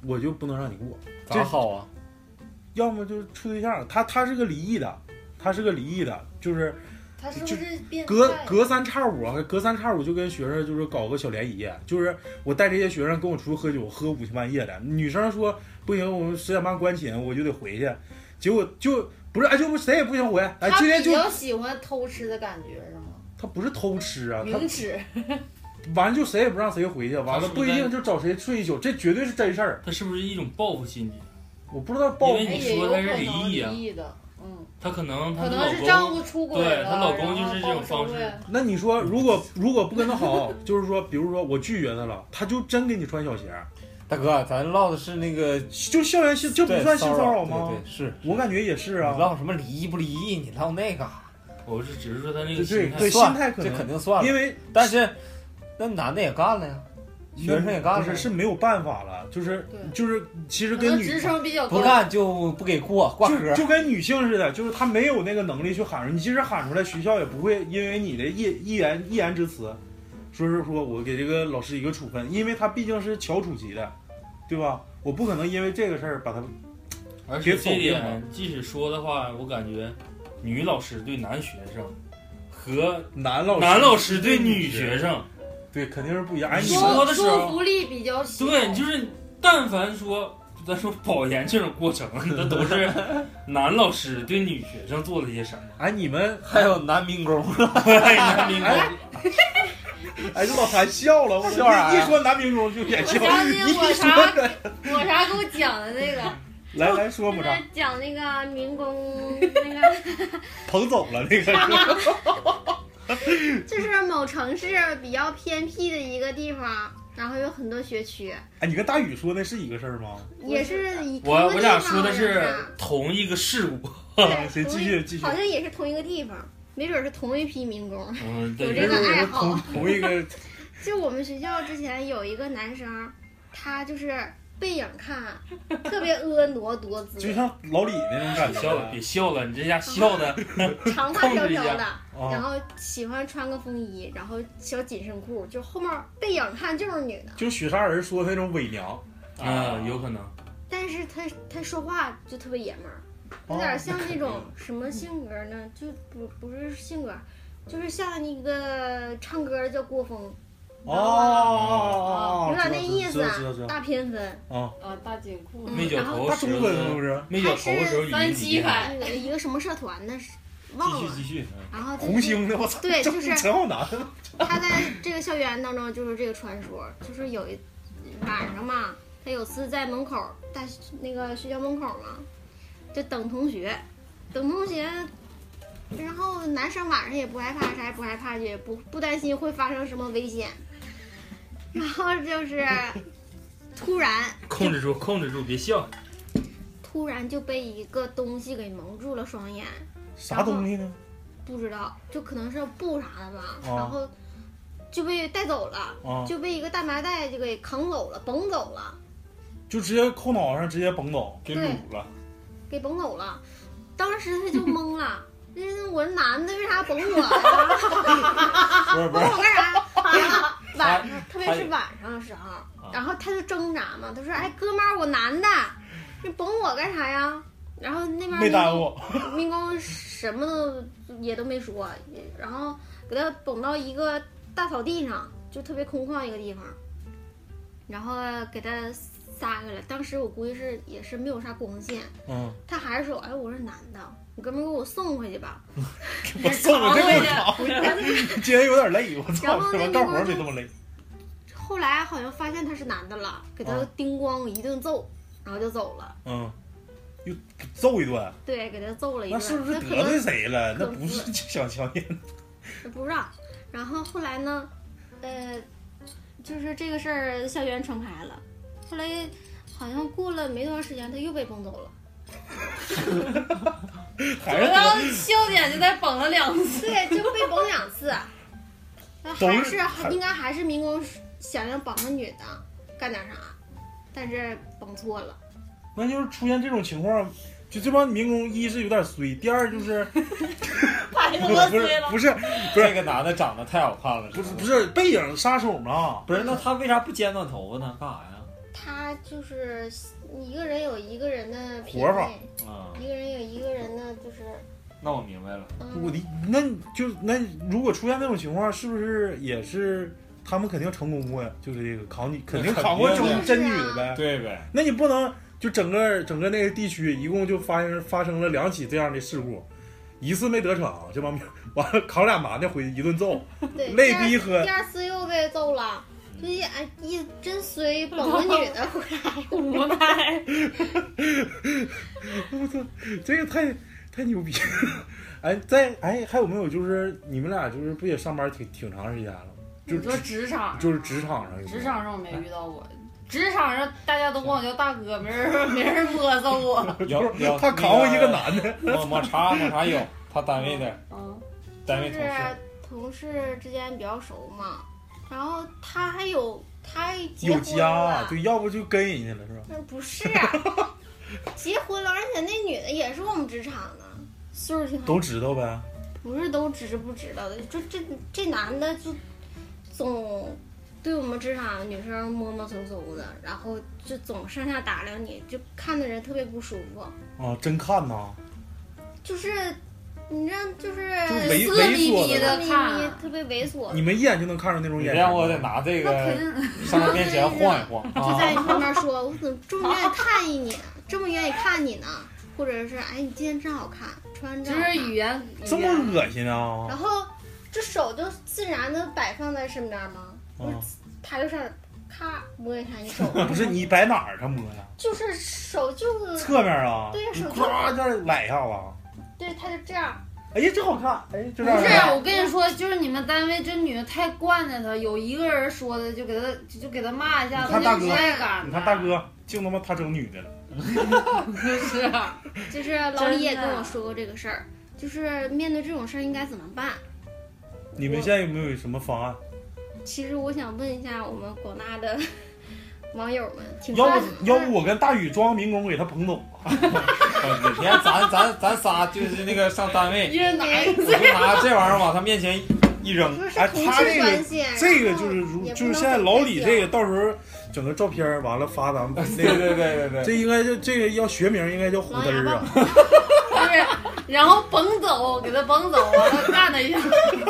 我就不能让你过。 咋好啊？ 要么就是处对象，他他是个离异的，他是个离异的，就是他是不是变隔隔三差五啊，隔三差五就跟学生就是搞个小联谊，就是我带这些学生跟我出去喝酒，喝五更半夜的，女生说不行，我们十点半关寝，我就得回去，结果就不是哎，就谁也不想回，哎，今天就他比较喜欢偷吃的感觉是吗？ 他不是偷吃啊， 明吃。 完了就谁也不让谁回去，完了不一定就找谁睡一宿，这绝对是真事儿。 他是不是一种报复心理？ 我不知道报复， 因为你说他是离异啊， 嗯， 他可能他可能是丈夫出轨了，对她老公就是这种方式。 那你说如果如果不跟他好，就是说比如说我拒绝他了，他就真给你穿小鞋。 大哥，咱唠的是那个就校园性，这不算性骚扰吗？ 对对是， 我感觉也是啊。 你唠什么离异不离异？你唠那个， 我是只是说他那个对对心态可能这肯定算了， 因为但是那男的也干了呀。学生也干了， 不是是没有办法了，就是就是其实跟女职称比较不干就不给过挂科， 就跟女性似的，就是她没有那个能力去喊出，你即使喊出来，学校也不会因为你的一一言一言之词，说是说我给这个老师一个处分，因为他毕竟是翘楚级的，对吧？我不可能因为这个事儿把他而且这点即使说的话，我感觉女老师对男学生和男老师男老师对女学生。 对，肯定是不一样。哎， 你说的时候， 福利比较小。 对，就是但凡说咱说保研这种过程，那都是男老师对女学生做了些什么？ 哎，你们还有男民工， 对，男民工。 哎，这老谭笑了， 笑啥？ 一说男民工就眼笑。 我啥？我啥给我讲的那个？ 来来说抹茶。 讲那个民工那个。 捧走了那个。 就是某城市比较偏僻的一个地方，然后有很多学区。 哎，你跟大宇说的是一个事儿吗？ 也是一我我俩说的是同一个事故。 谁继续继续？ 好像也是同一个地方，没准是同一批民工， 嗯， 有这个爱好。 同同一个。 就我们学校之前有一个男生，他就是背影看特别婀娜多姿， 就像老李那种感觉。 笑了，别笑了，你这下笑的。 长发飘飘的，然后喜欢穿个风衣，然后小紧身裤，就后面背影看就是女的。 就许沙人说的那种伪娘啊，有可能。 但是他他说话就特别爷们儿，有点像那种什么性格呢？就不不是性格，就是像那个唱歌的叫郭峰。 哦， 有点那意思，大偏分啊啊，大紧裤， 没脚头， 大中分是不是？ 没脚头的时候三七开， 一个什么社团的，忘了。 继续继续。 然后红星的，我操！ 对，就是陈浩南。 他在这个校园当中，就是这个传说，就是有一晚上嘛，他有次在门口，大那个学校门口嘛，就等同学，等同学。然后男生晚上也不害怕，啥也不害怕，也不不担心会发生什么危险。然后就是突然控制住，控制住，别笑。 突然就被一个东西给蒙住了双眼。 啥东西呢？ 不知道，就可能是布啥的吧。 哦、 然后就被带走了、 哦， 就被一个大麻袋就给扛走了，甭走了。 就直接扣脑上，直接甭走，给掳了。 给甭走了，当时他就懵了。嗯，我是男的，为啥甭我呀？ 不是不是， 甭我干啥？晚上，特别是晚上的时候，然后他就挣扎嘛，他说：“哎，哥们儿，我男的，你甭我干啥呀？”然后那边没耽误， 民工什么都也都没说，然后给他捧到一个大草地上，就特别空旷一个地方，然后给他撒开了。当时我估计是也是没有啥光线， 嗯， 他还是说：“哎，我是男的。”你哥们给我送回去吧， 我送回去。今天有点累，我操，这完干活没这么累。 后来好像发现他是男的了，给他叮咣一顿揍，然后就走了。 嗯，又揍一顿。 对，给他揍了一顿。 那是不是得罪谁了？那不是想强奸。 不知道。然后后来呢，呃，就是这个事儿校园传开了。后来好像过了没多长时间，他又被崩走了。 然后笑点就在崩了两次， 对，就被崩两次。还是应该还是民工想要绑个女的干点啥，但是绑错了。 那就是出现这种情况，就这帮民工一是有点衰，第二就是太他妈衰了。 不是不是这个男的长得太好看了， 不是不是背影杀手嘛？ 不是，那他为啥不剪短头发呢？干啥呀？ 他就是一个人有一个人的活法啊， 一个人有一个人的就是。 那我明白了， 我的那就那如果出现这种情况，是不是也是他们肯定成功过呀？就是这个考你肯定考过真真女的呗， 对呗？ 那你不能就整个整个那个地区一共就发生发生了两起这样的事故，一次没得逞，这帮完了扛俩男的回去一顿揍，累逼喝， 第二次又被揍了。就一哎一真衰，捧个女的回来， 无奈。 我操，这个太太牛逼了！哎，在哎还有没有就是你们俩就是不也上班挺挺长时间了？就说职场， 就是职场上， 职场上我没遇到过。职场上大家都管我叫大哥，没人没人摸着我。 有有， 他扛过一个男的， 抹抹茶抹茶有，他单位的， 嗯， 单位同事， 同事之间比较熟嘛。然后他还有他有家，对，要不就跟人家了是吧？ 不是、啊，结婚了，而且那女的也是我们职场的，岁数挺好。 都知道呗？ 不是都知不知道的，就这这男的就总对我们职场女生摸摸搜搜的，然后就总上下打量你，就看的人特别不舒服。 啊，真看呐？ 就是。你这就是猥猥琐的看，特别猥琐。 你们一眼就能看出那种眼神。 让我得拿这个上他面前晃一晃， 就在你旁边说：“我怎么这么愿意看你呢？这么愿意看你呢？”或者是：“哎，你今天真好看，穿真好看。” 就是语言这么恶心啊！ 然后这手就自然的摆放在身边吗？不是，他就上咔摸一下你手。 不是你摆哪儿他摸呀？ 就是手就是侧面啊。 对呀，手咵这崴一下子。 对，他就这样。 哎呀，真好看！哎，就这样。 不是，我跟你说，就是你们单位这女的太惯着他，有一个人说的，就给他就给他骂一下， 他就不爱敢。 你看大哥，净他妈他整女的了。 是啊，就是老李也跟我说过这个事儿，就是面对这种事儿应该怎么办？ 你们现在有没有什么方案？ 其实我想问一下我们广大的网友们，挺要不要不我跟大宇装民工给他捧走。 哪天咱咱咱仨就是那个上单位， 一人拿一个，我就拿这玩意儿往他面前一扔。 哎，他这个这个就是如就是现在老李这个，到时候整个照片完了发咱们那个，对对对对对， 这应该就这个要学名应该叫虎嘚儿啊。 不是，然后甭走，给他甭走，完了干他一下。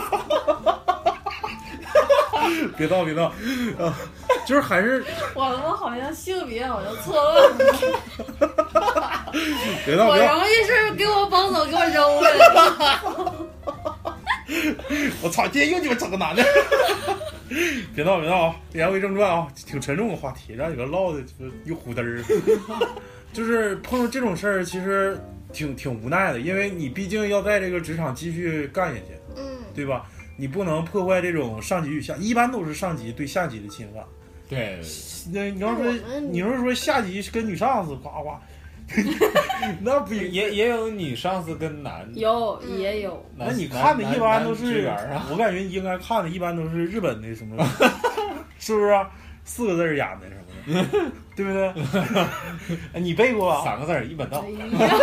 别闹别闹，啊，就是还是我他妈好像性别好像错乱了。 别闹， 我容易是给我绑走，给我揉了。 我操，今天又鸡巴整个男的。别闹别闹啊！言归正传啊，挺沉重的话题，让你们唠的又虎嘚儿。就是碰到这种事儿，其实挺挺无奈的，因为你毕竟要在这个职场继续干下去， 嗯，对吧？你不能破坏这种上级与下，一般都是上级对下级的侵犯。 对， 那你要说你要说下级跟女上司呱呱，那不也也有女上司跟男有也有。 那你看的一般都是，我感觉应该看的一般都是日本的什么，是不是、啊？四个字演的什么的，对不对？你背过三个字一本道。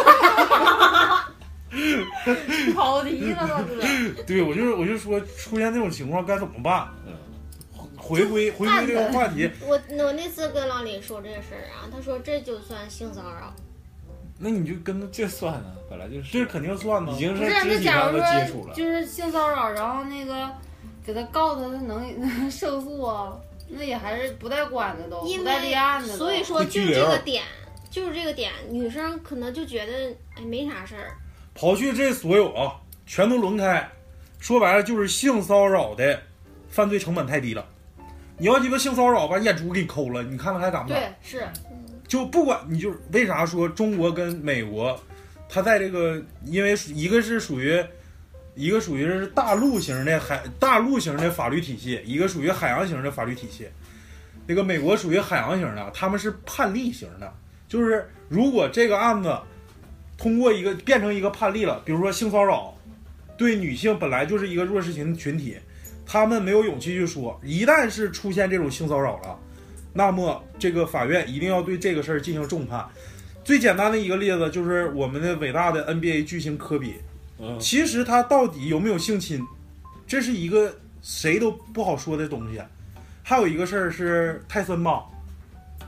跑题了吧哥？对，我就是我就说出现这种情况该怎么办？回归回归这个话题。 我我那次跟老李说这个事儿啊，他说这就算性骚扰。 那你就跟他这算呢，本来就是， 这肯定算呢， 已经是肢体上的接触了。 就是性骚扰，然后那个给他告他，他能能胜诉啊？那也还是不带管的都，不带立案的。 所以说就这个点，就是这个点，女生可能就觉得哎没啥事儿。 刨去这所有啊，全都轮开，说白了就是性骚扰的犯罪成本太低了。你要鸡巴性骚扰，把眼珠给你抠了，你看他还敢不敢？ 对，是。 就不管你就是为啥说中国跟美国，它在这个因为一个是属于一个属于是大陆型的海大陆型的法律体系，一个属于海洋型的法律体系。那个美国属于海洋型的，他们是判例型的，就是如果这个案子通过一个变成一个判例了，比如说性骚扰，对女性本来就是一个弱势群群体，他们没有勇气去说，一旦是出现这种性骚扰了，那么这个法院一定要对这个事儿进行重判。最简单的一个例子就是我们的伟大的 N B A 巨星科比，嗯，其实他到底有没有性侵，这是一个谁都不好说的东西。还有一个事儿是泰森吧，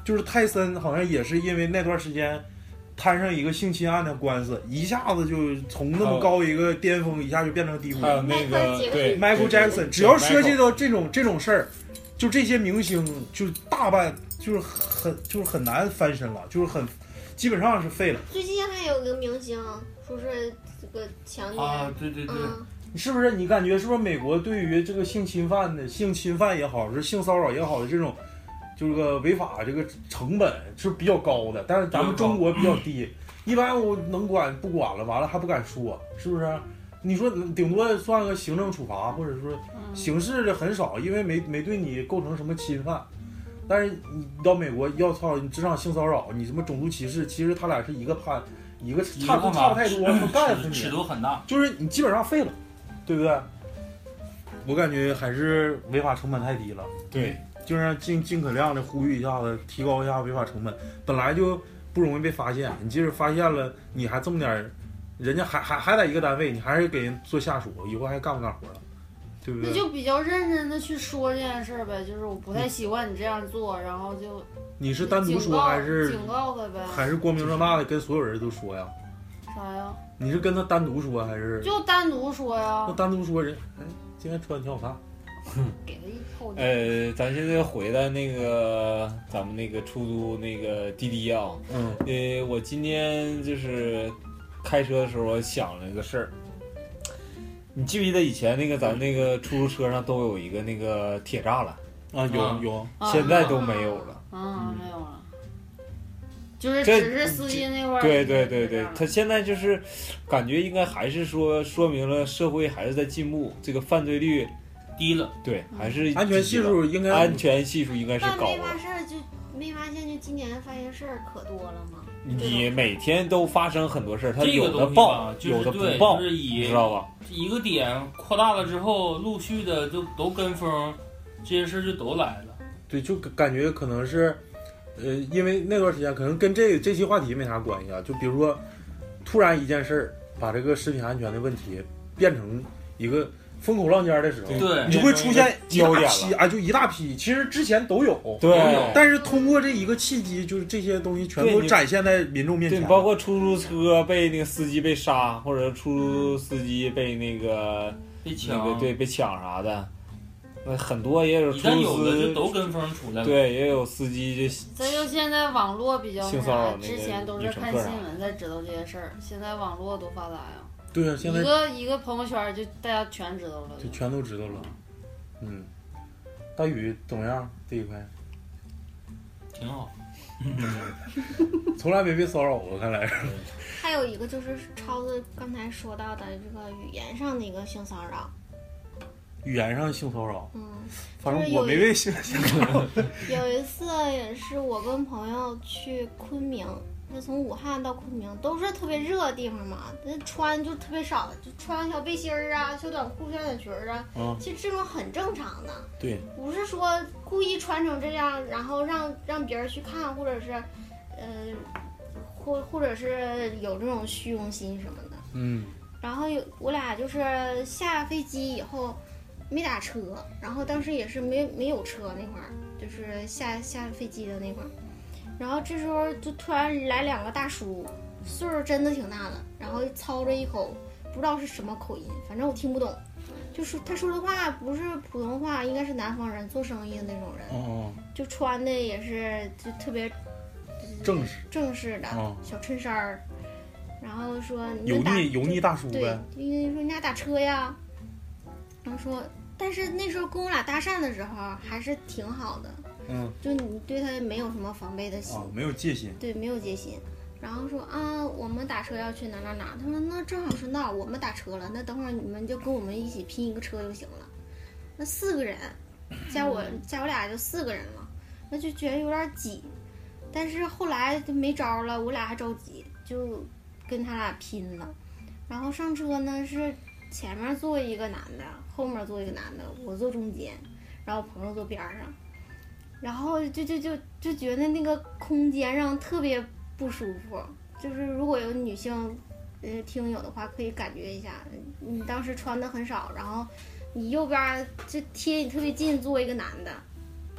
就是泰森好像也是因为那段时间摊上一个性侵案的官司，一下子就从那么高一个巅峰一下就变成低谷。 还有那个对 Michael Jackson， 只要涉及到这种这种事儿，就这些明星就大半就是很就是很难翻身了，就是很基本上是废了。 最近还有个明星说是这个强奸啊，对对对。 嗯是不是你感觉是不是美国对于这个性侵犯的性侵犯也好，是性骚扰也好的这种，就是个违法这个成本是比较高的，但是咱们中国比较低，一般我能管不管了，完了还不敢说，是不是？你说顶多算个行政处罚，或者说刑事的很少，因为没没对你构成什么侵犯。但是你到美国要操你职场性骚扰，你什么种族歧视，其实他俩是一个判一个差不差不太多，不干死你， 尺度很大， 就是你基本上废了。对不对？我感觉还是违法成本太低了。 对， 就让尽尽可量的呼吁一下子，提高一下违法成本。本来就不容易被发现，你即使发现了，你还这么点，人家还还还在一个单位，你还是给人做下属，以后还干不干活了？对不对？ 那就比较认真的去说这件事呗，就是我不太习惯你这样做，然后就你是单独说还是警告他呗？ 还是光明正大的跟所有人都说呀？ 啥呀？ 你是跟他单独说还是？ 就单独说呀。 那单独说人，哎，今天穿的挺好看。 给他一泡。 呃，咱现在回到那个咱们那个出租那个滴滴啊， 嗯， 呃，我今天就是开车的时候，我想了一个事儿。你记不记得以前那个咱那个出租车上都有一个那个铁栅栏啊？有有， 现在都没有了。 啊，没有了。就是只是司机那块儿。 对对对对，他现在就是感觉应该还是说说明了社会还是在进步，这个犯罪率低了。 对，还是安全系数应该安全系数应该是高没的。 发事儿就没发现，就今年发现事儿可多了吗？ 你每天都发生很多事儿，他有的这个报， 就是、 有的不报， 就是以你知道吧？ 一个点扩大了之后，陆续的就都跟风，这些事儿就都来了。 对，就感觉可能是。呃，因为那段时间可能跟这这期话题没啥关系啊，就比如说，突然一件事儿把这个食品安全的问题变成一个风口浪尖的时候， 对， 你就会出现一大批啊，就一大批，其实之前都有， 对， 但是通过这一个契机，就是这些东西全都展现在民众面前， 对，包括出租车被那个司机被杀，或者出租司机被那个被抢， 那个对被抢啥的。那很多也有出租有的就都跟风出来了， 对，也有司机就。 咱就现在网络比较啥， 之前都是看新闻才知道这些事儿，现在网络多发达呀。 对啊，现在一个一个朋友圈就大家全知道了， 就全都知道了。嗯，大宇怎么样这一块？ 挺好， 从来没被骚扰过，看来是。 还有一个就是超子刚才说到的这个语言上的一个性骚扰。 语言上性骚扰， 嗯， 反正我没被性骚扰。 有一次也是我跟朋友去昆明，那从武汉到昆明都是特别热的地方嘛，那穿就特别少，就穿小背心儿啊、小短裤、小短裙儿啊， 嗯， 其实这种很正常的。 对， 不是说故意穿成这样，然后让让别人去看，或者是，呃，或或者是有这种虚荣心什么的。 嗯。 然后有我俩就是下飞机以后。没打车，然后当时也是没没有车那会儿，就是下下飞机的那会儿，然后这时候就突然来两个大叔，岁数真的挺大的，然后操着一口不知道是什么口音，反正我听不懂，就是他说的话不是普通话，应该是南方人做生意的那种人， 哦， 就穿的也是就特别正式正式的、 哦、 小衬衫儿，然后说油腻油腻大叔呗， 对，因为说你俩打车呀。然后说，但是那时候跟我俩搭讪的时候还是挺好的， 嗯， 就你对他没有什么防备的心， 啊，没有戒心， 对，没有戒心。然后说啊，我们打车要去哪哪哪，他说那正好是那我们打车了，那等会儿你们就跟我们一起拼一个车就行了。那四个人，加我加我俩就四个人了，那就觉得有点挤，但是后来就没招了，我俩还着急，就跟他俩拼了。然后上车呢是前面坐一个男的。后面坐一个男的，我坐中间，然后朋友坐边上，然后就就就就觉得那个空间上特别不舒服。就是如果有女性呃听友的话，可以感觉一下，你当时穿的很少，然后你右边就贴你特别近坐一个男的，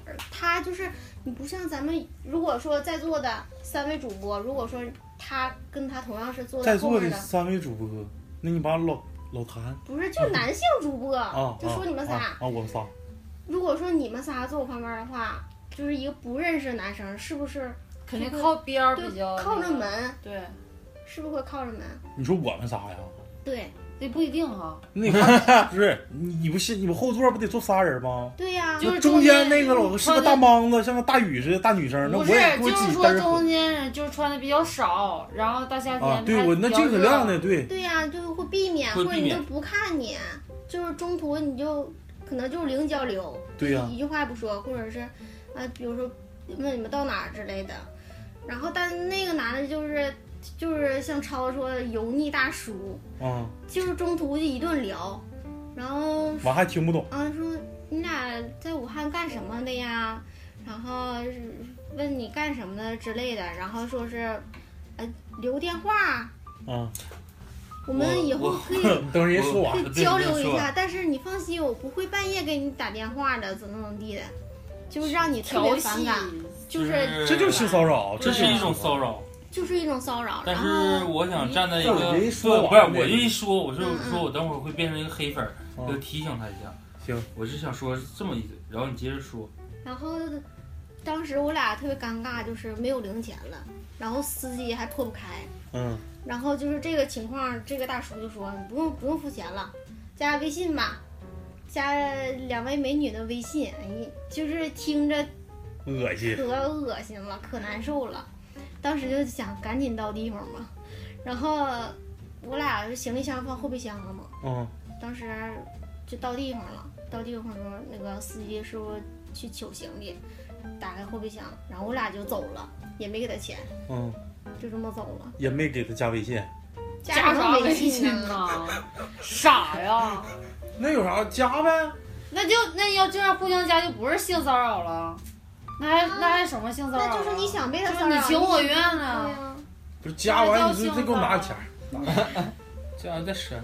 他就是你不像咱们，如果说在座的三位主播，如果说他跟他同样是坐在座后面的的三位主播，那你把老老谭不是就男性主播， 啊， 就说你们仨啊，啊我们仨。 如果说你们仨坐我旁边的话，就是一个不认识的男生，是不是肯定靠边儿比较、那个、 靠着门？ 对， 是不是会靠着门？ 你说我们仨呀？ 对， 这不一定哈。 那看不是你，你不信？你们后座不得坐仨人吗？ 对呀、啊， 就是中间那个老是个大莽子，像个大雨似的大女生，那我也不是，就是说中间就是穿的比较少，然后大夏天啊，对我那镜子亮的，对对呀、啊，就会避免，或者你就不看你，就是中途你就可能就是零交流， 对呀、啊， 一句话不说，或者是啊、呃，比如说问你们到哪儿之类的，然后但是那个男的就是就是像超说的油腻大叔， 嗯， 就是中途就一顿聊，然后我还听不懂啊，说你俩在武汉干什么的呀？然后问你干什么的之类的，然后说是呃留电话， 嗯。 我们以后可以等人说完可以交流一下，但是你放心，我不会半夜给你打电话的，怎么怎么地的，就是让你特别反感，就是这就是性骚扰， 这是一种骚扰， 就是一种骚扰。 但是我想站在一个不是，我就一说，我说说我等会儿会变成一个黑粉，就提醒他一下。 行， 我是想说这么一嘴，然后你接着说。 然后当时我俩特别尴尬，就是没有零钱了，然后司机还破不开。 嗯。 然后就是这个情况，这个大叔就说：“你不用不用付钱了，加微信吧，加两位美女的微信。”哎，就是听着恶心， 可恶心了，可难受了。当时就想赶紧到地方嘛。然后我俩是行李箱放后备箱了嘛。 嗯。 当时就到地方了，到地方说那个司机师傅去取行李，打开后备箱，然后我俩就走了，也没给他钱。 嗯。 就这么走了， 也没给他加微信， 加啥微信呢？傻呀！ 那有啥加呗？ 那就那要这样互相加，就不是性骚扰了，那还、啊、那还什么性骚扰？ 那就是你想被他骚扰， 你情我愿呢。 不是加完你说再给我拿钱， 加完再删，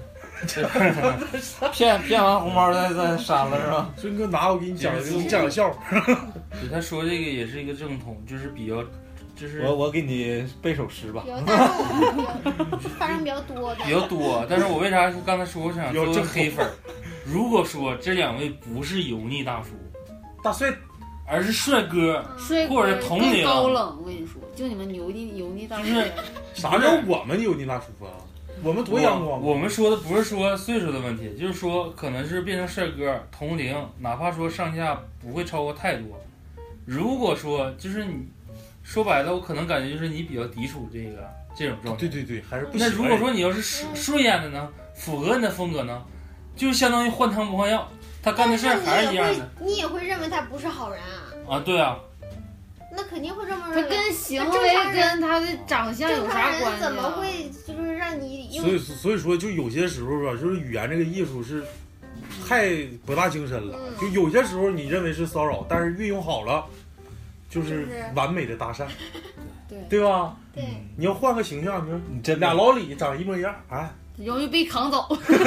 骗骗完红包再再删了是吧？ 说你给我拿，我给你讲，给你讲个笑话。 对，他说这个也是一个正统，就是比较。就是我我给你背首诗吧， 发生比较多的， 比较多。但是我为啥说刚才说我想做个黑粉？如果说这两位不是油腻大叔、 大帅， 而是帅哥， 帅或者同龄， 高冷。我跟你说，就你们油腻油腻大叔。 就是啥叫我们油腻大叔啊？我们多阳光。 我们说的不是说岁数的问题，就是说可能是变成帅哥同龄，哪怕说上下不会超过太多。如果说就是你。说白了，我可能感觉就是你比较抵触这个这种状态。 对对对，还是不。 那如果说你要是顺顺眼的呢，符合你的风格呢，就相当于换汤不换药，他干的事儿还是一样的。 你也会认为他不是好人啊？ 啊，对啊。 那肯定会这么认为。 他跟行为跟他的长相有啥关系？ 怎么会就是让你？ 所以所以说，就有些时候吧，就是语言这个艺术是太博大精深了。 嗯、 就有些时候你认为是骚扰，但是运用好了。就是完美的搭讪， 对对吧？ 对， 你要换个形象，你说你这俩老李长一模一样，哎， 容易被扛走。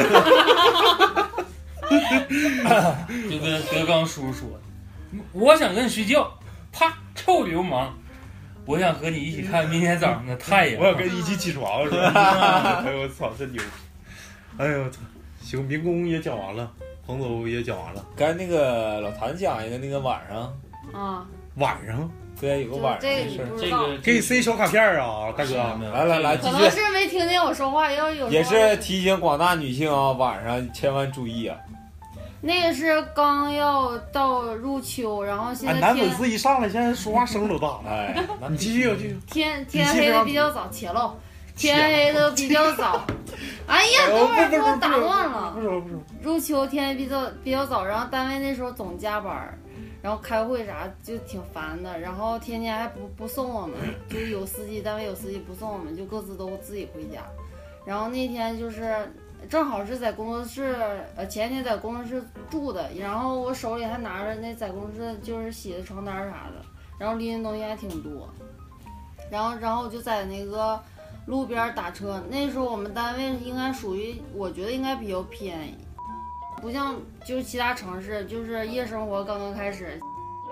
就跟德刚叔叔说，我想跟你睡觉，啪，臭流氓！我想和你一起看明天早上的太阳。 我想跟你一起起床，是吧？哎呦我操，真牛！哎呦我操，行，民工也讲完了，彭总也讲完了， 该那个老谭讲一个那个晚上啊。 晚上， 对，有个晚上的事儿， 这个给你塞小卡片啊，大哥， 来来来， 可能是没听见我说话，要有也是提醒广大女性啊，晚上千万注意啊。 那个是刚要到入秋，然后现在男粉丝一上来，现在说话声都大了。 哎， 你继续，继续。 天天黑的比较早，且喽，天黑的比较早。哎呀，等会儿给我打断了。 不是不是， 入秋天比较比较早，然后单位那时候总加班。然后开会啥就挺烦的，然后天天还不不送我们，就是有司机，单位有司机不送我们，就各自都自己回家。然后那天就是正好是在工作室，呃，前天在工作室住的，然后我手里还拿着那在工作室就是洗的床单啥的，然后拎的东西还挺多。然后然后我就在那个路边打车，那时候我们单位应该属于，我觉得应该比较偏。不像就是其他城市，就是夜生活刚刚开始，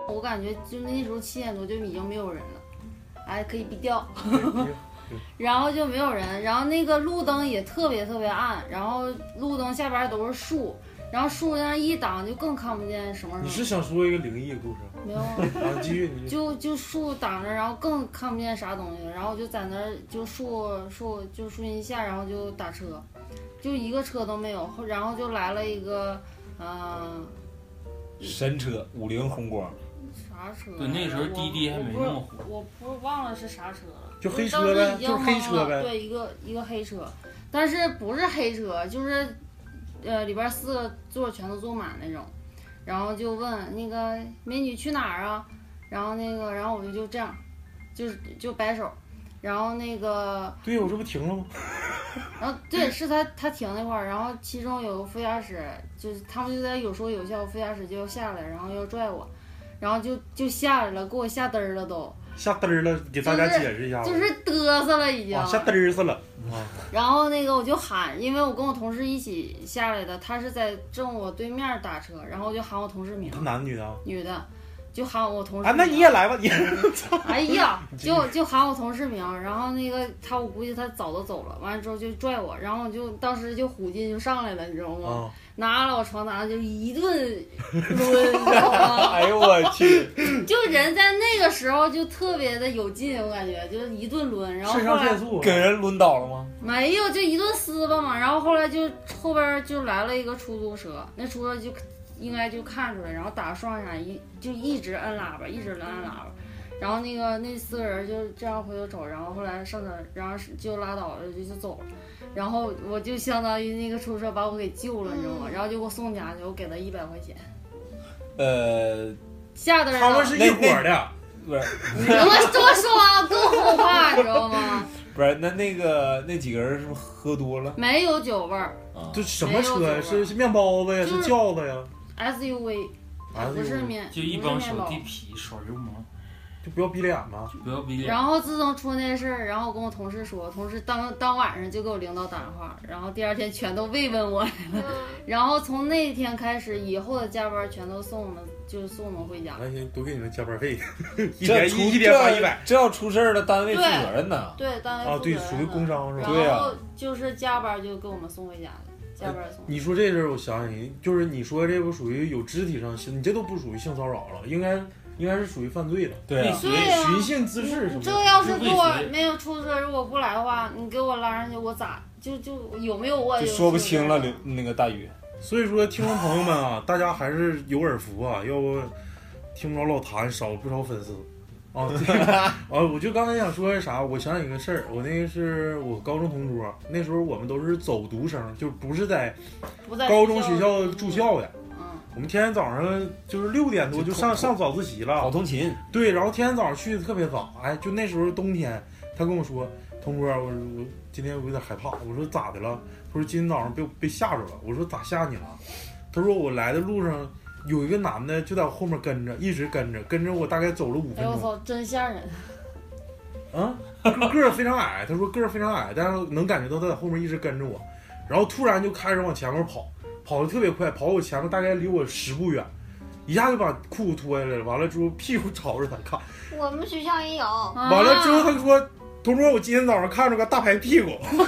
我感觉就那时候七点多就已经没有人了，哎，可以闭掉。然后就没有人，然后那个路灯也特别特别暗，然后路灯下边都是树，然后树那样一挡就更看不见什么。 你是想说一个灵异的故事？ 没有啊，继续。 就就树挡着，然后更看不见啥东西，然后就在那儿就树树就树荫下，然后就打车，就一个车都没有，然后就来了一个嗯、呃、 神车五菱宏光。 啥车？ 对，那个时候滴滴还没那么火。 我不是忘了是啥车了。 就黑车呗， 就是黑车呗。 对，一个一个黑车，但是不是黑车，就是呃里边四个座全都坐满那种，然后就问那个美女去哪儿啊？然后那个，然后我就就这样，就是就摆手，然后那个对我这不停了吗？ 然后对，是他他停那块儿，然后其中有个副驾驶，就是他们就在有说有笑，副驾驶就要下来，然后要拽我，然后就就下来了，给我吓嘚儿了都。 吓嘚儿了，给大家解释一下。 就是、就是嘚瑟了已经。 啊、吓嘚儿瑟了。 啊。然后那个我就喊，因为我跟我同事一起下来的，他是在正我对面打车，然后我就喊我同事名。 他男的女的？ 女的，就喊我同事。 啊，那你也来吧，你。 哎呀，就就喊我同事名，然后那个他，我估计他早都走了，完了之后就拽我，然后我就当时就虎劲就上来了，你知道吗？ 啊拿了我床单就一顿抡，你知道吗？ 哎呦我去！ 就人在那个时候就特别的有劲，我感觉就是一顿抡，然后后来给人抡倒了吗？ 没有，就一顿撕吧嘛。然后后来就后边就来了一个出租车，那出租车就应该就看出来，然后打双闪一就一直摁喇叭，一直摁喇叭。然后那个那四个人就这样回头瞅，然后后来上车，然后就拉倒了，就就走了。然后我就相当于那个出租车把我给救了，你知道吗？然后就给我送家去，我给他一百块钱。 呃， 吓得人。 他们是一伙的， 不是？ 你跟我这么说完，我更后怕，你知道吗？ 不是，那那个那几个人是不是喝多了？ 没有酒味儿。 啊，这什么车呀？是是面包子呀？是轿子呀 ？S U V， 不是面， 就一帮小地痞耍流氓。 就不要逼脸嘛， 就不要逼脸。 然后自从出那事儿，然后我跟我同事说，同事当当晚上就给我领导打电话，然后第二天全都慰问我来了。然后从那天开始，以后的加班全都送我们，就送我们回家。 那行，多给你们加班费，一天一一天发一百。 这要出事儿了，单位负责任呐。 对，单位负责任。 啊，对，属于工伤是吧？ 对呀。 然后就是加班就给我们送回家的。加班送。 你说这事儿，我想想，就是你说这个属于有肢体上性，你这都不属于性骚扰了，应该。应该是属于犯罪的， 对啊， 寻衅滋事什么的。 这要是给我没有出租车，如果不来的话，你给我拉上去，我咋就就有没有我就说不清了。那个大宇， 所以说听众朋友们啊，大家还是有耳福啊，要不听不着老谭少不少粉丝啊。啊，我就刚才想说啥，我想起一个事儿，我那个是我高中同桌，那时候我们都是走读生，就不是在高中学校住校的。我们天天早上就是六点多就上上早自习了， 跑通勤。 对，然后天天早上去的特别早，哎，就那时候冬天，他跟我说，同桌，我我今天我有点害怕，我说咋的了？他说今天早上被被吓着了。我说咋吓你了？他说我来的路上有一个男的就在我后面跟着，一直跟着跟着我，大概走了五分钟。 哎我操，真吓人！ 啊，个儿非常矮，他说个儿非常矮，但是能感觉到他在后面一直跟着我，然后突然就开始往前面跑。跑得特别快，跑我前面大概离我十步远，一下就把裤子脱下来了。完了之后屁股朝着他看。 我们学校也有。 完了之后他说：“同桌，我今天早上看着个大白屁股。”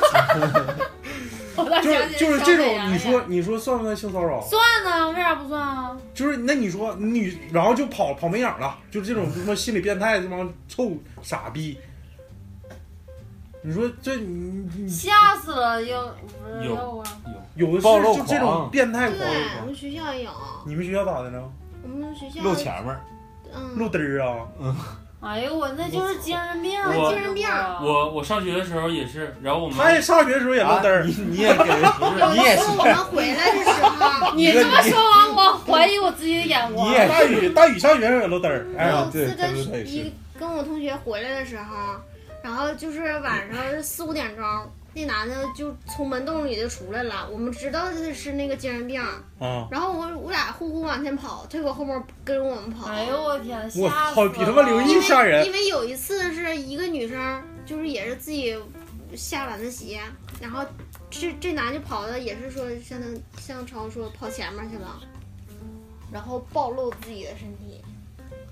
就是就是这种，你说你说算不算性骚扰？ 算呢，为啥不算啊？ 就是那你说你然后就跑跑没影了，就是这种什么心理变态这帮臭傻逼。你说这你你吓死了，有有啊有有的是就这种变态狂。 对，我们学校也有。 你们学校咋的呢？ 我们学校露前面， 嗯， 露嘚儿啊， 嗯。 哎呦我那就是精神病， 精神病。 我我上学的时候也是，然后我们他也上学的时候也露嘚儿， 你你也给你也是。 我们回来的时候， 你这么说完，我怀疑我自己的眼光。 你也大宇大宇上学时候也露嘚儿，哎， 有次跟一跟我同学回来的时候。然后就是晚上四五点钟，那男的就从门洞里就出来了。我们知道他是那个精神病， 啊。 然后我我俩呼呼往前跑，他搁后面跟着我们跑。 哎呦我天， 我操，比他妈灵异吓人！ 因为有一次是一个女生，就是也是自己下晚自习，然后这这男就跑的也是说像他像超说跑前面去了，然后暴露自己的身体。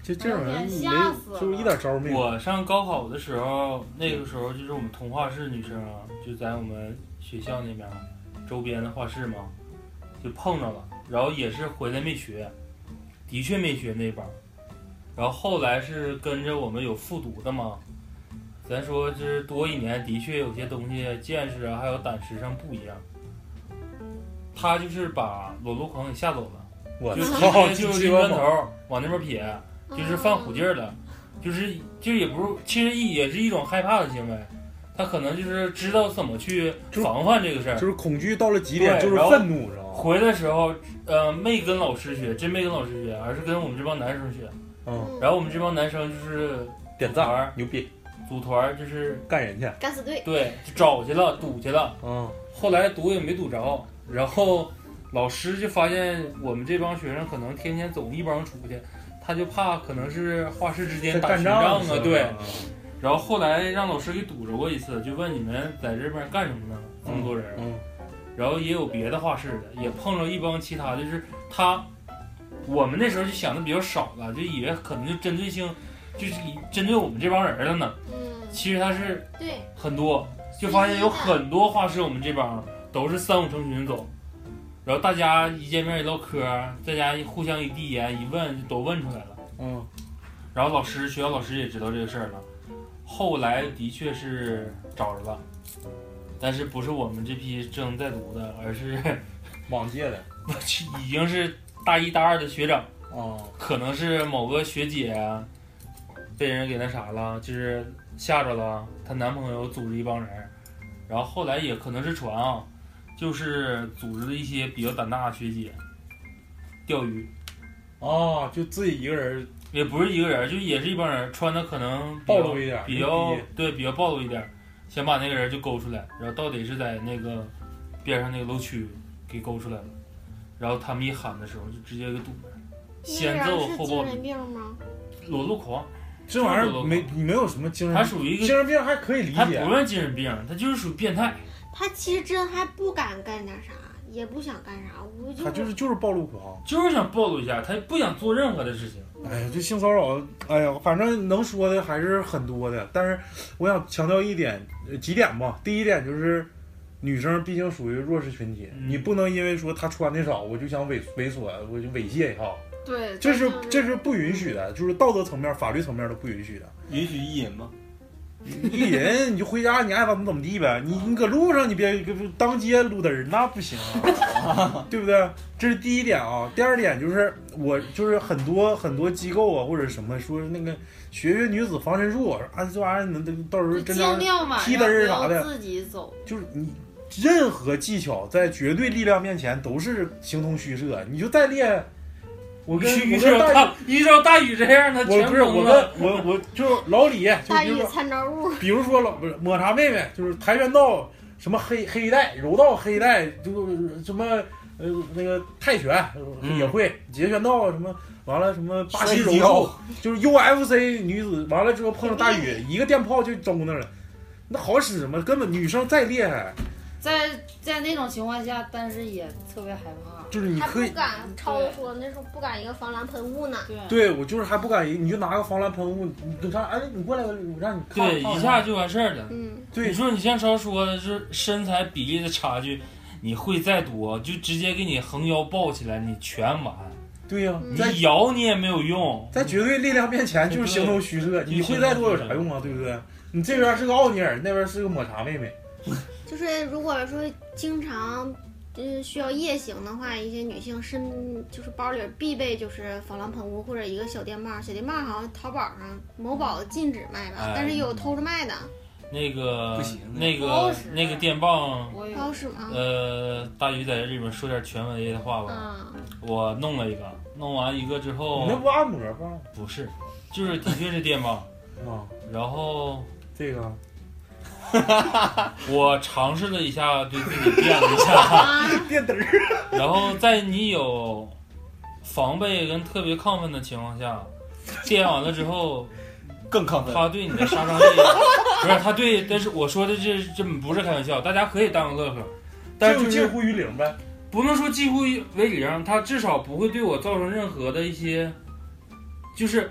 这这种人没就是一点招没有。 我上高考的时候，那个时候就是我们同画室女生啊，就在我们学校那边周边的画室嘛，就碰着了，然后也是回来没学，的确没学那帮，然后后来是跟着我们有复读的嘛，咱说这多一年，的确有些东西见识啊，还有胆识上不一样。他就是把裸露狂给吓走了， 我就直接就拎砖头往那边撇，就是犯虎劲儿了，就是就也不是，其实也是一种害怕的行为。他可能就是知道怎么去防范这个事儿， 就是恐惧到了极点，就是愤怒，知道吗？ 回来的时候，呃，没跟老师学，真没跟老师学，而是跟我们这帮男生学。 嗯， 然后我们这帮男生就是点赞，牛逼， 组团就是干人去， 敢死队， 对，就找去了，堵去了。 嗯， 后来堵也没堵着，然后老师就发现我们这帮学生可能天天走一帮出去，他就怕可能是画室之间打群仗啊，对。然后后来让老师给堵着过一次，就问你们在这边干什么呢？这么多人， 嗯， 然后也有别的画室的，也碰着一帮其他，就是他，我们那时候就想的比较少了，就以为可能就针对性，就是针对我们这帮人了呢。 嗯， 其实他是对很多，就发现有很多画室我们这帮都是三五成群走，然后大家一见面一唠嗑，在家互相一递言一问，都问出来了。 嗯， 然后老师学校老师也知道这个事儿了。后来的确是找着了，但是不是我们这批正在读的，而是往届的， 已经是大一大二的学长。 哦， 可能是某个学姐啊，被人给那啥了，就是吓着了，她男朋友组织一帮人，然后后来也可能是传啊，就是组织了一些比较胆大的学姐钓鱼。 哦，就自己一个人。 也不是一个人，就也是一帮人，穿的可能暴露一点， 比较对，比较暴露一点，想把那个人就勾出来，然后到底是在那个边上那个楼区给勾出来了，然后他们一喊的时候就直接给堵了，先揍后暴力。 精神病吗？ 裸露狂， 这玩意儿没你没有什么精神， 他属于一个精神病还可以理解， 他不算精神病，他就是属于变态。 他其实真还不敢干点啥，也不想干啥，我就他就是就是暴露狂， 就是想暴露一下，他不想做任何的事情。 哎呀，这性骚扰，哎呀，反正能说的还是很多的。但是我想强调一点，几点吧。第一点就是，女生毕竟属于弱势群体， 嗯、 你不能因为说她穿的少，我就想猥猥琐，我就猥亵一下。 对， 这是、 就是、 这是不允许的，就是道德层面、法律层面都不允许的。 允许意淫吗？ 意淫你就回家，你爱怎么怎么地呗。你你搁路上你别当街撸嘚儿，那不行啊，对不对？这是第一点啊。第二点就是我就是很多很多机构啊或者什么说那个学学女子防身术啊，这玩意儿能到时候真让踢嘚儿啥的， 自己走。 就是你任何技巧在绝对力量面前都是形同虚设，你就再练。我跟遇着大遇着大宇这样的， 我不是我跟我我就老李， 大宇参照物。 比如说老不是抹茶妹妹，就是跆拳道什么黑黑带、柔道黑带，就什么呃那个泰拳也会，截拳道什么，完了什么巴西柔术，就是 U F C 女子，完了之后碰上大宇，一个电炮就周那了，那好使吗？根本女生再厉害， 在在那种情况下，但是也特别害怕。 就是你可以还不敢超说那时候不敢一个防狼喷雾呢。 对， 对我就是还不敢，你就拿个防狼喷雾，你看，哎，你过来，我让你看。 对，一下就完事儿了。 嗯， 对。 你说你像超说的是身材比例的差距，你会再多，就直接给你横腰抱起来，你全完。 对呀、啊， 你摇你也没有用， 在绝对力量面前就是形同虚设，你会再多有啥用啊？对不对？你这边是个奥尼尔，那边是个抹茶妹妹。 就是如果说经常。嗯，需要夜行的话，一些女性身就是包里必备就是防狼喷雾或者一个小电棒。小电棒好像淘宝上某宝禁止卖吧，哎、但是有偷着卖的。 那个不行， 那个那个电棒不好使吗？ 呃，大鱼在这里面说点权威的话吧。 嗯、 我弄了一个，弄完一个之后， 你那不按摩棒？ 不是，就是的确是电棒啊。 然后这个。 我尝试了一下，对自己变了一下电嘚儿， 然后在你有防备跟特别亢奋的情况下，电完了之后更亢奋， 他对你的杀伤力不是他对，但是我说的这这不是开玩笑，大家可以当个乐呵，但是、就是、 近乎于零呗， 不能说近乎于为零，他至少不会对我造成任何的一些，就是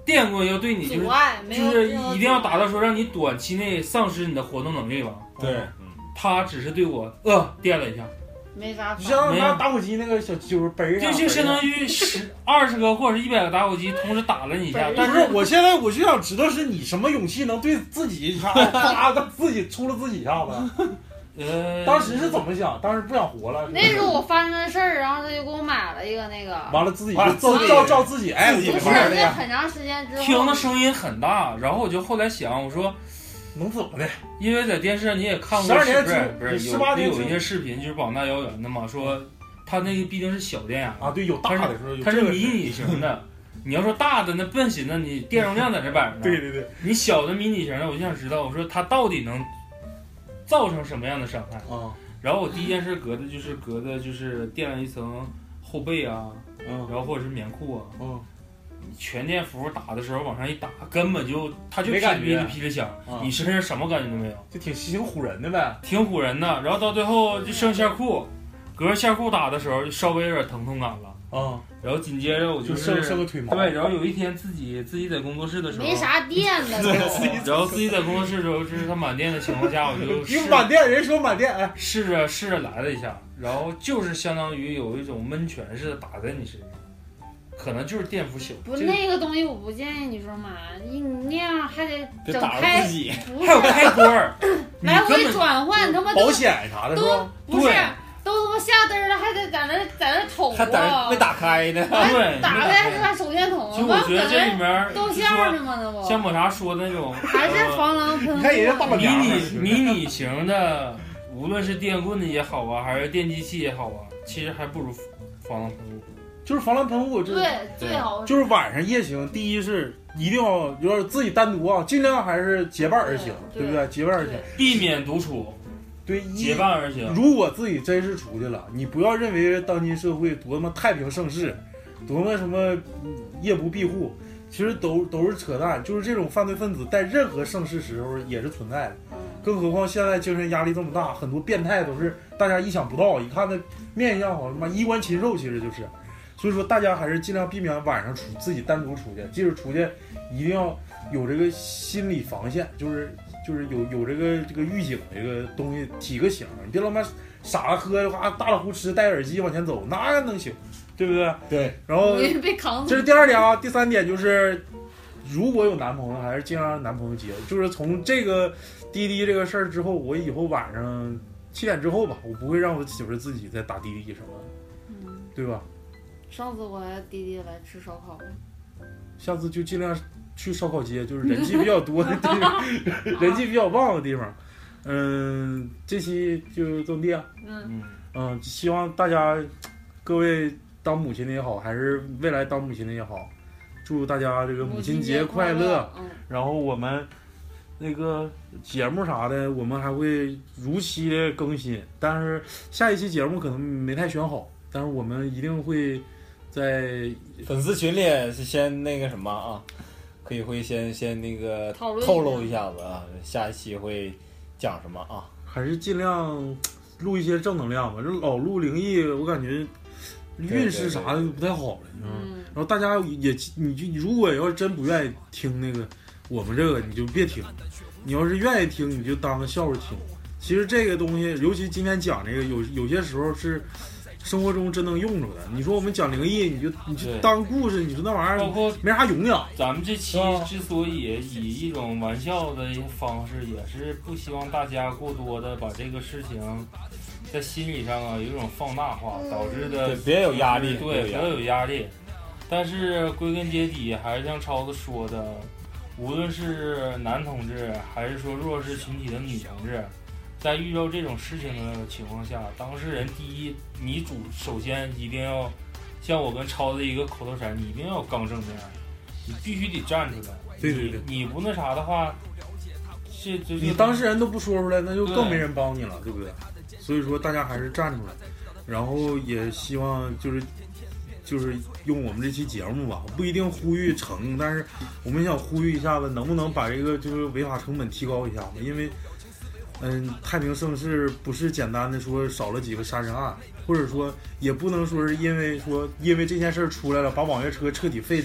电棍要对你就是阻碍没有就是一定要达到说让你短期内丧失你的活动能力吧。 对， 他只是对我呃电了一下。 没啥， 就像拿打火机那个小揪嘣就就相当于十二十个或者是一百个打火机同时打了你一下。但是我现在我就想知道是你什么勇气能对自己一下，啪的自己出了自己一下子。 呃， 当时是怎么想？当时不想活了。 那时候我发生的事儿，然后他就给我买了一个那个， 完了自己就照照照自己，哎， 不是，那很长时间之后听的声音很大，然后我就后来想，我说。 能怎么的？ 因为在电视上你也看过， 十二年不是十八年有一些视频就是膀大腰圆的嘛，说他那个毕竟是小电压啊，对，有大的时候， 它是迷你型的。你要说大的那笨型的，你电容量在这摆着呢。 对对对， 你小的迷你型的，我就想知道，我说它到底能造成什么样的伤害啊？ 然后我第一件事隔的就是隔的就是垫了一层后背啊， 嗯， 然后或者是棉裤啊， 嗯。 全电服打的时候往上一打，根本就他就没感觉噼里响，啊、你身上什么感觉都没有， 就挺挺唬人的呗， 挺唬人的。然后到最后就剩线裤，隔着线裤打的时候就稍微有点疼痛感了啊。 然后紧接着我就是剩剩个腿毛。 对，然后有一天自己自己在工作室的时候没啥电了， 然后自己在工作室的时候，就是他满电的情况下，我就用满电，人说满电，哎， 试着试着来了一下，然后就是相当于有一种闷拳似的打在你身上。可能就是电伏小， 不是那个东西，我不建议你说买，你那样还得整开， 自己还有开关， 来回转换，他妈保险啥的是吧？ 不是，都他妈下灯了，还得在那在那捅还在没打开呢， 对， 打开还是把手电筒， 其实我觉得这里面够线的吗？那不像抹茶说的那种， 还是防狼喷雾， 你看人家大迷你迷你型的，无论是电棍的也好啊，还是电击器也好啊，其实还不如防狼喷雾。 就是防狼喷雾， 对，最好就是晚上夜行。第一是一定要就是自己单独啊，尽量还是结伴而行，对, 对不对？结伴而行， 避免独处。 对， 结伴而行。 如果自己真是出去了，你不要认为当今社会多么太平盛世，多么什么夜不闭户，其实都都是扯淡。就是这种犯罪分子在任何盛世时候也是存在的，更何况现在精神压力这么大，很多变态都是大家意想不到，一看那面相好他妈衣冠禽兽，其实就是。所以说，大家还是尽量避免晚上出自己单独出去，即使出去，一定要有这个心理防线，就是就是有有这个这个预警这个东西提个醒，你别他妈傻了喝的话，大了胡吃，戴耳机往前走，那能行，对不对？ 对。 然后被扛走。 这是第二点啊，第三点就是，如果有男朋友，还是尽量让男朋友接。就是从这个滴滴这个事儿之后，我以后晚上七点之后吧，我不会让我媳妇自己再打滴滴什么的，嗯，对吧？ 上次我还滴滴来吃烧烤， 下次就尽量去烧烤街，就是人气比较多的地方，人气比较旺的地方。嗯，这期就这么地。嗯嗯，希望大家各位当母亲的也好，还是未来当母亲的也好，祝大家这个母亲节快乐。 嗯、 然后我们那个节目啥的，我们还会如期的更新，但是下一期节目可能没太选好，但是我们一定会。在粉丝群里是先那个什么啊，可以会先先那个透露一下子啊，下一期会讲什么啊？ 还是尽量录一些正能量吧。这老录灵异，我感觉运势啥的不太好了，你知道吗？然后大家也，你就你如果要是真不愿意听那个我们这个，你就别听；你要是愿意听，你就当个笑话听。其实这个东西，尤其今天讲这个，有有些时候是。生活中真能用着的。你说我们讲灵异，你就你就当故事，你说那玩意儿包括没啥营养。 咱们这期之所以以一种玩笑的方式，也是不希望大家过多的把这个事情在心理上啊有一种放大化，导致的别有压力， 对，别有压力。但是归根结底，还是像超子说的，无论是男同志，还是说弱势群体的女同志。在遇到这种事情的情况下，当事人第一，你主首先一定要像我跟超子一个口头禅，你一定要刚正面，你必须得站出来。 对对对， 你, 你不那啥的话，是就你当事人都不说出来，那就更没人帮你了，对不对？所以说大家还是站出来，然后也希望就是就是用我们这期节目吧，不一定呼吁成，但是我们想呼吁一下子，能不能把这个就是违法成本提高一下子，因为。嗯，太平盛世不是简单的说少了几个杀人案，或者说也不能说是因为说因为这件事出来了，把网约车彻底废止了，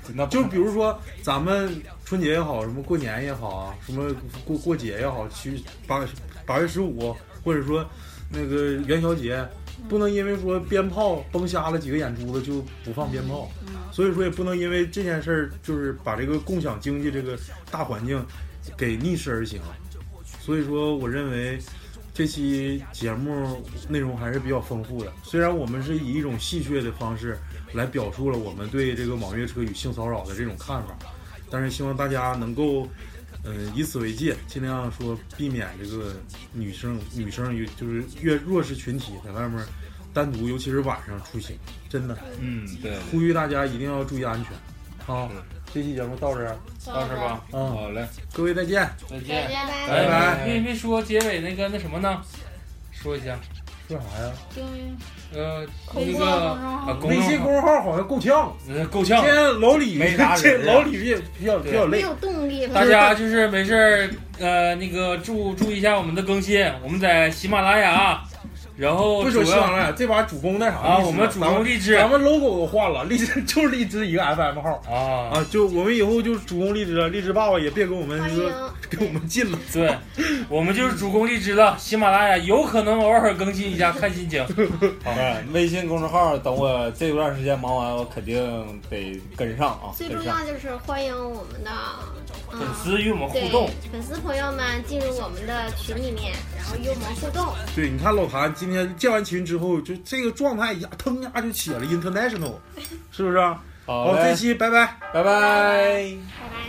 就比如说咱们春节也好，什么过年也好啊，什么过过节也好，去八八月十五，或者说那个元宵节，不能因为说鞭炮崩瞎了几个眼珠子就不放鞭炮，所以说也不能因为这件事儿就是把这个共享经济这个大环境给逆势而行。所以说，我认为这期节目内容还是比较丰富的。虽然我们是以一种戏谑的方式来表述了我们对这个网约车与性骚扰的这种看法，但是希望大家能够，嗯、呃，以此为戒，尽量说避免这个女生女生有就是越弱势群体在外面单独，尤其是晚上出行，真的， 嗯，对， 呼吁大家一定要注意安全，啊。这期节目到这儿， 到这儿吧。 嗯， 好嘞， 各位再见， 再见， 拜拜。 没没说结尾那个那什么呢？说一下， 说啥呀？ 呃，那个啊， 微信公众号好像够呛， 呃，够呛。 今天老李没啥人，老李比比较比较累， 没有动力。 大家就是没事儿，呃，那个注注意一下我们的更新，我们在喜马拉雅。然后不说喜马拉雅，这把主攻那啥啊，我们主攻荔枝， 咱们 logo 都换了，荔枝就是荔枝一个 F M 号啊啊，就我们以后就主攻荔枝了，荔枝爸爸也别跟我们这个给我们禁了， 对，我们就是主攻荔枝了，喜马拉雅有可能偶尔更新一下，看心情。 好，微信公众号等我这段时间忙完，我肯定得跟上啊。 最重要就是欢迎我们的、 嗯、粉丝与我们互动， 粉丝朋友们进入我们的群里面，然后与我们互动。 对，你看老谭今天建完群之后，就这个状态呀，腾呀就起了 international， 是不是？好，这期拜拜， 拜拜， 拜拜。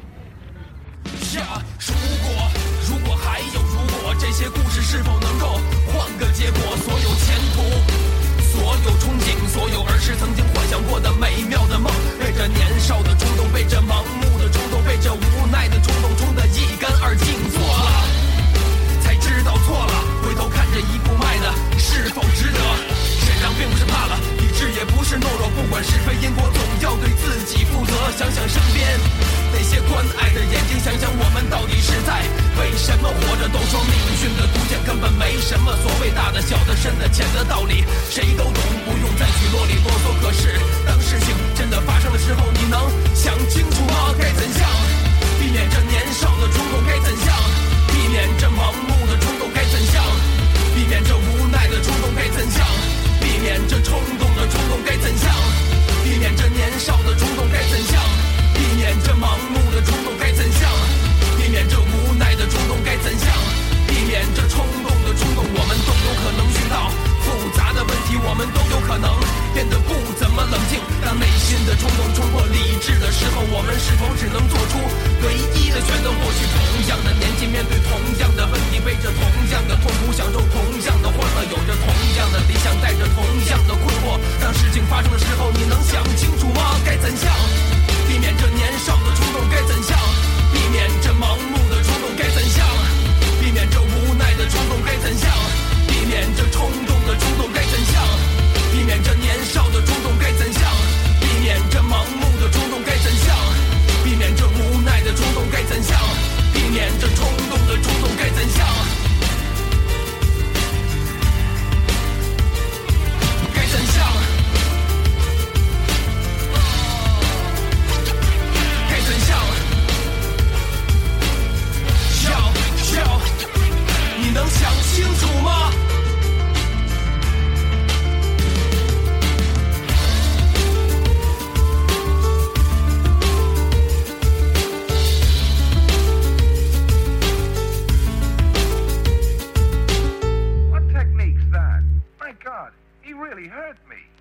如果如果还有如果，这些故事是否能够换个结果？所有前途，所有憧憬，所有儿时曾经幻想过的美妙的梦，被这年少的冲动，被这盲目的冲动，被这无奈的冲动冲得一干二净。错了，才知道错了，回头看这一步迈的是否值得？忍让并不是怕了，理智也不是懦弱，不管是非因果，总要对自己负责。想想身边那些关爱的眼睛，想想我们到底是在为什么活着？都说命运的毒箭根本没什么所谓大的、小的、深的、浅的道理，谁都懂，不用再去啰里啰嗦。可是当事情真的发生的时候，你能想清楚吗？该怎样避免这年少的冲动？该怎样避免这盲目的冲动？该怎样避免这无奈的冲动？该怎样避免这冲动的冲动？该怎样避免这年少的冲动？该怎样避免这盲目的冲动？该怎样避免这无奈的冲动？该怎样避免这冲动的冲动？我们都有可能遇到复杂的问题，我们都有可能变得不怎么冷静。当内心的冲动冲破理智的时候，我们是否只能做出唯一的选择？或许同样的年纪，面对同样的问题，背着同样的痛苦，享受同样的欢乐，有着同样的理想，带着同样的困惑。当事情发生的时候，你能想清楚吗？该怎样避免这年少的冲动？该怎样避免这盲目的冲动？该怎样避免这无奈的冲动？该怎样避免这冲动的冲动？该怎样避免这年少的冲动？该怎样避免这盲目的冲动？该怎样避免这无奈的冲动？该怎样避免这冲动的冲动？该怎样该怎样该怎样要要你能想清楚吗 ？What technique's that? My God, he really hurt me.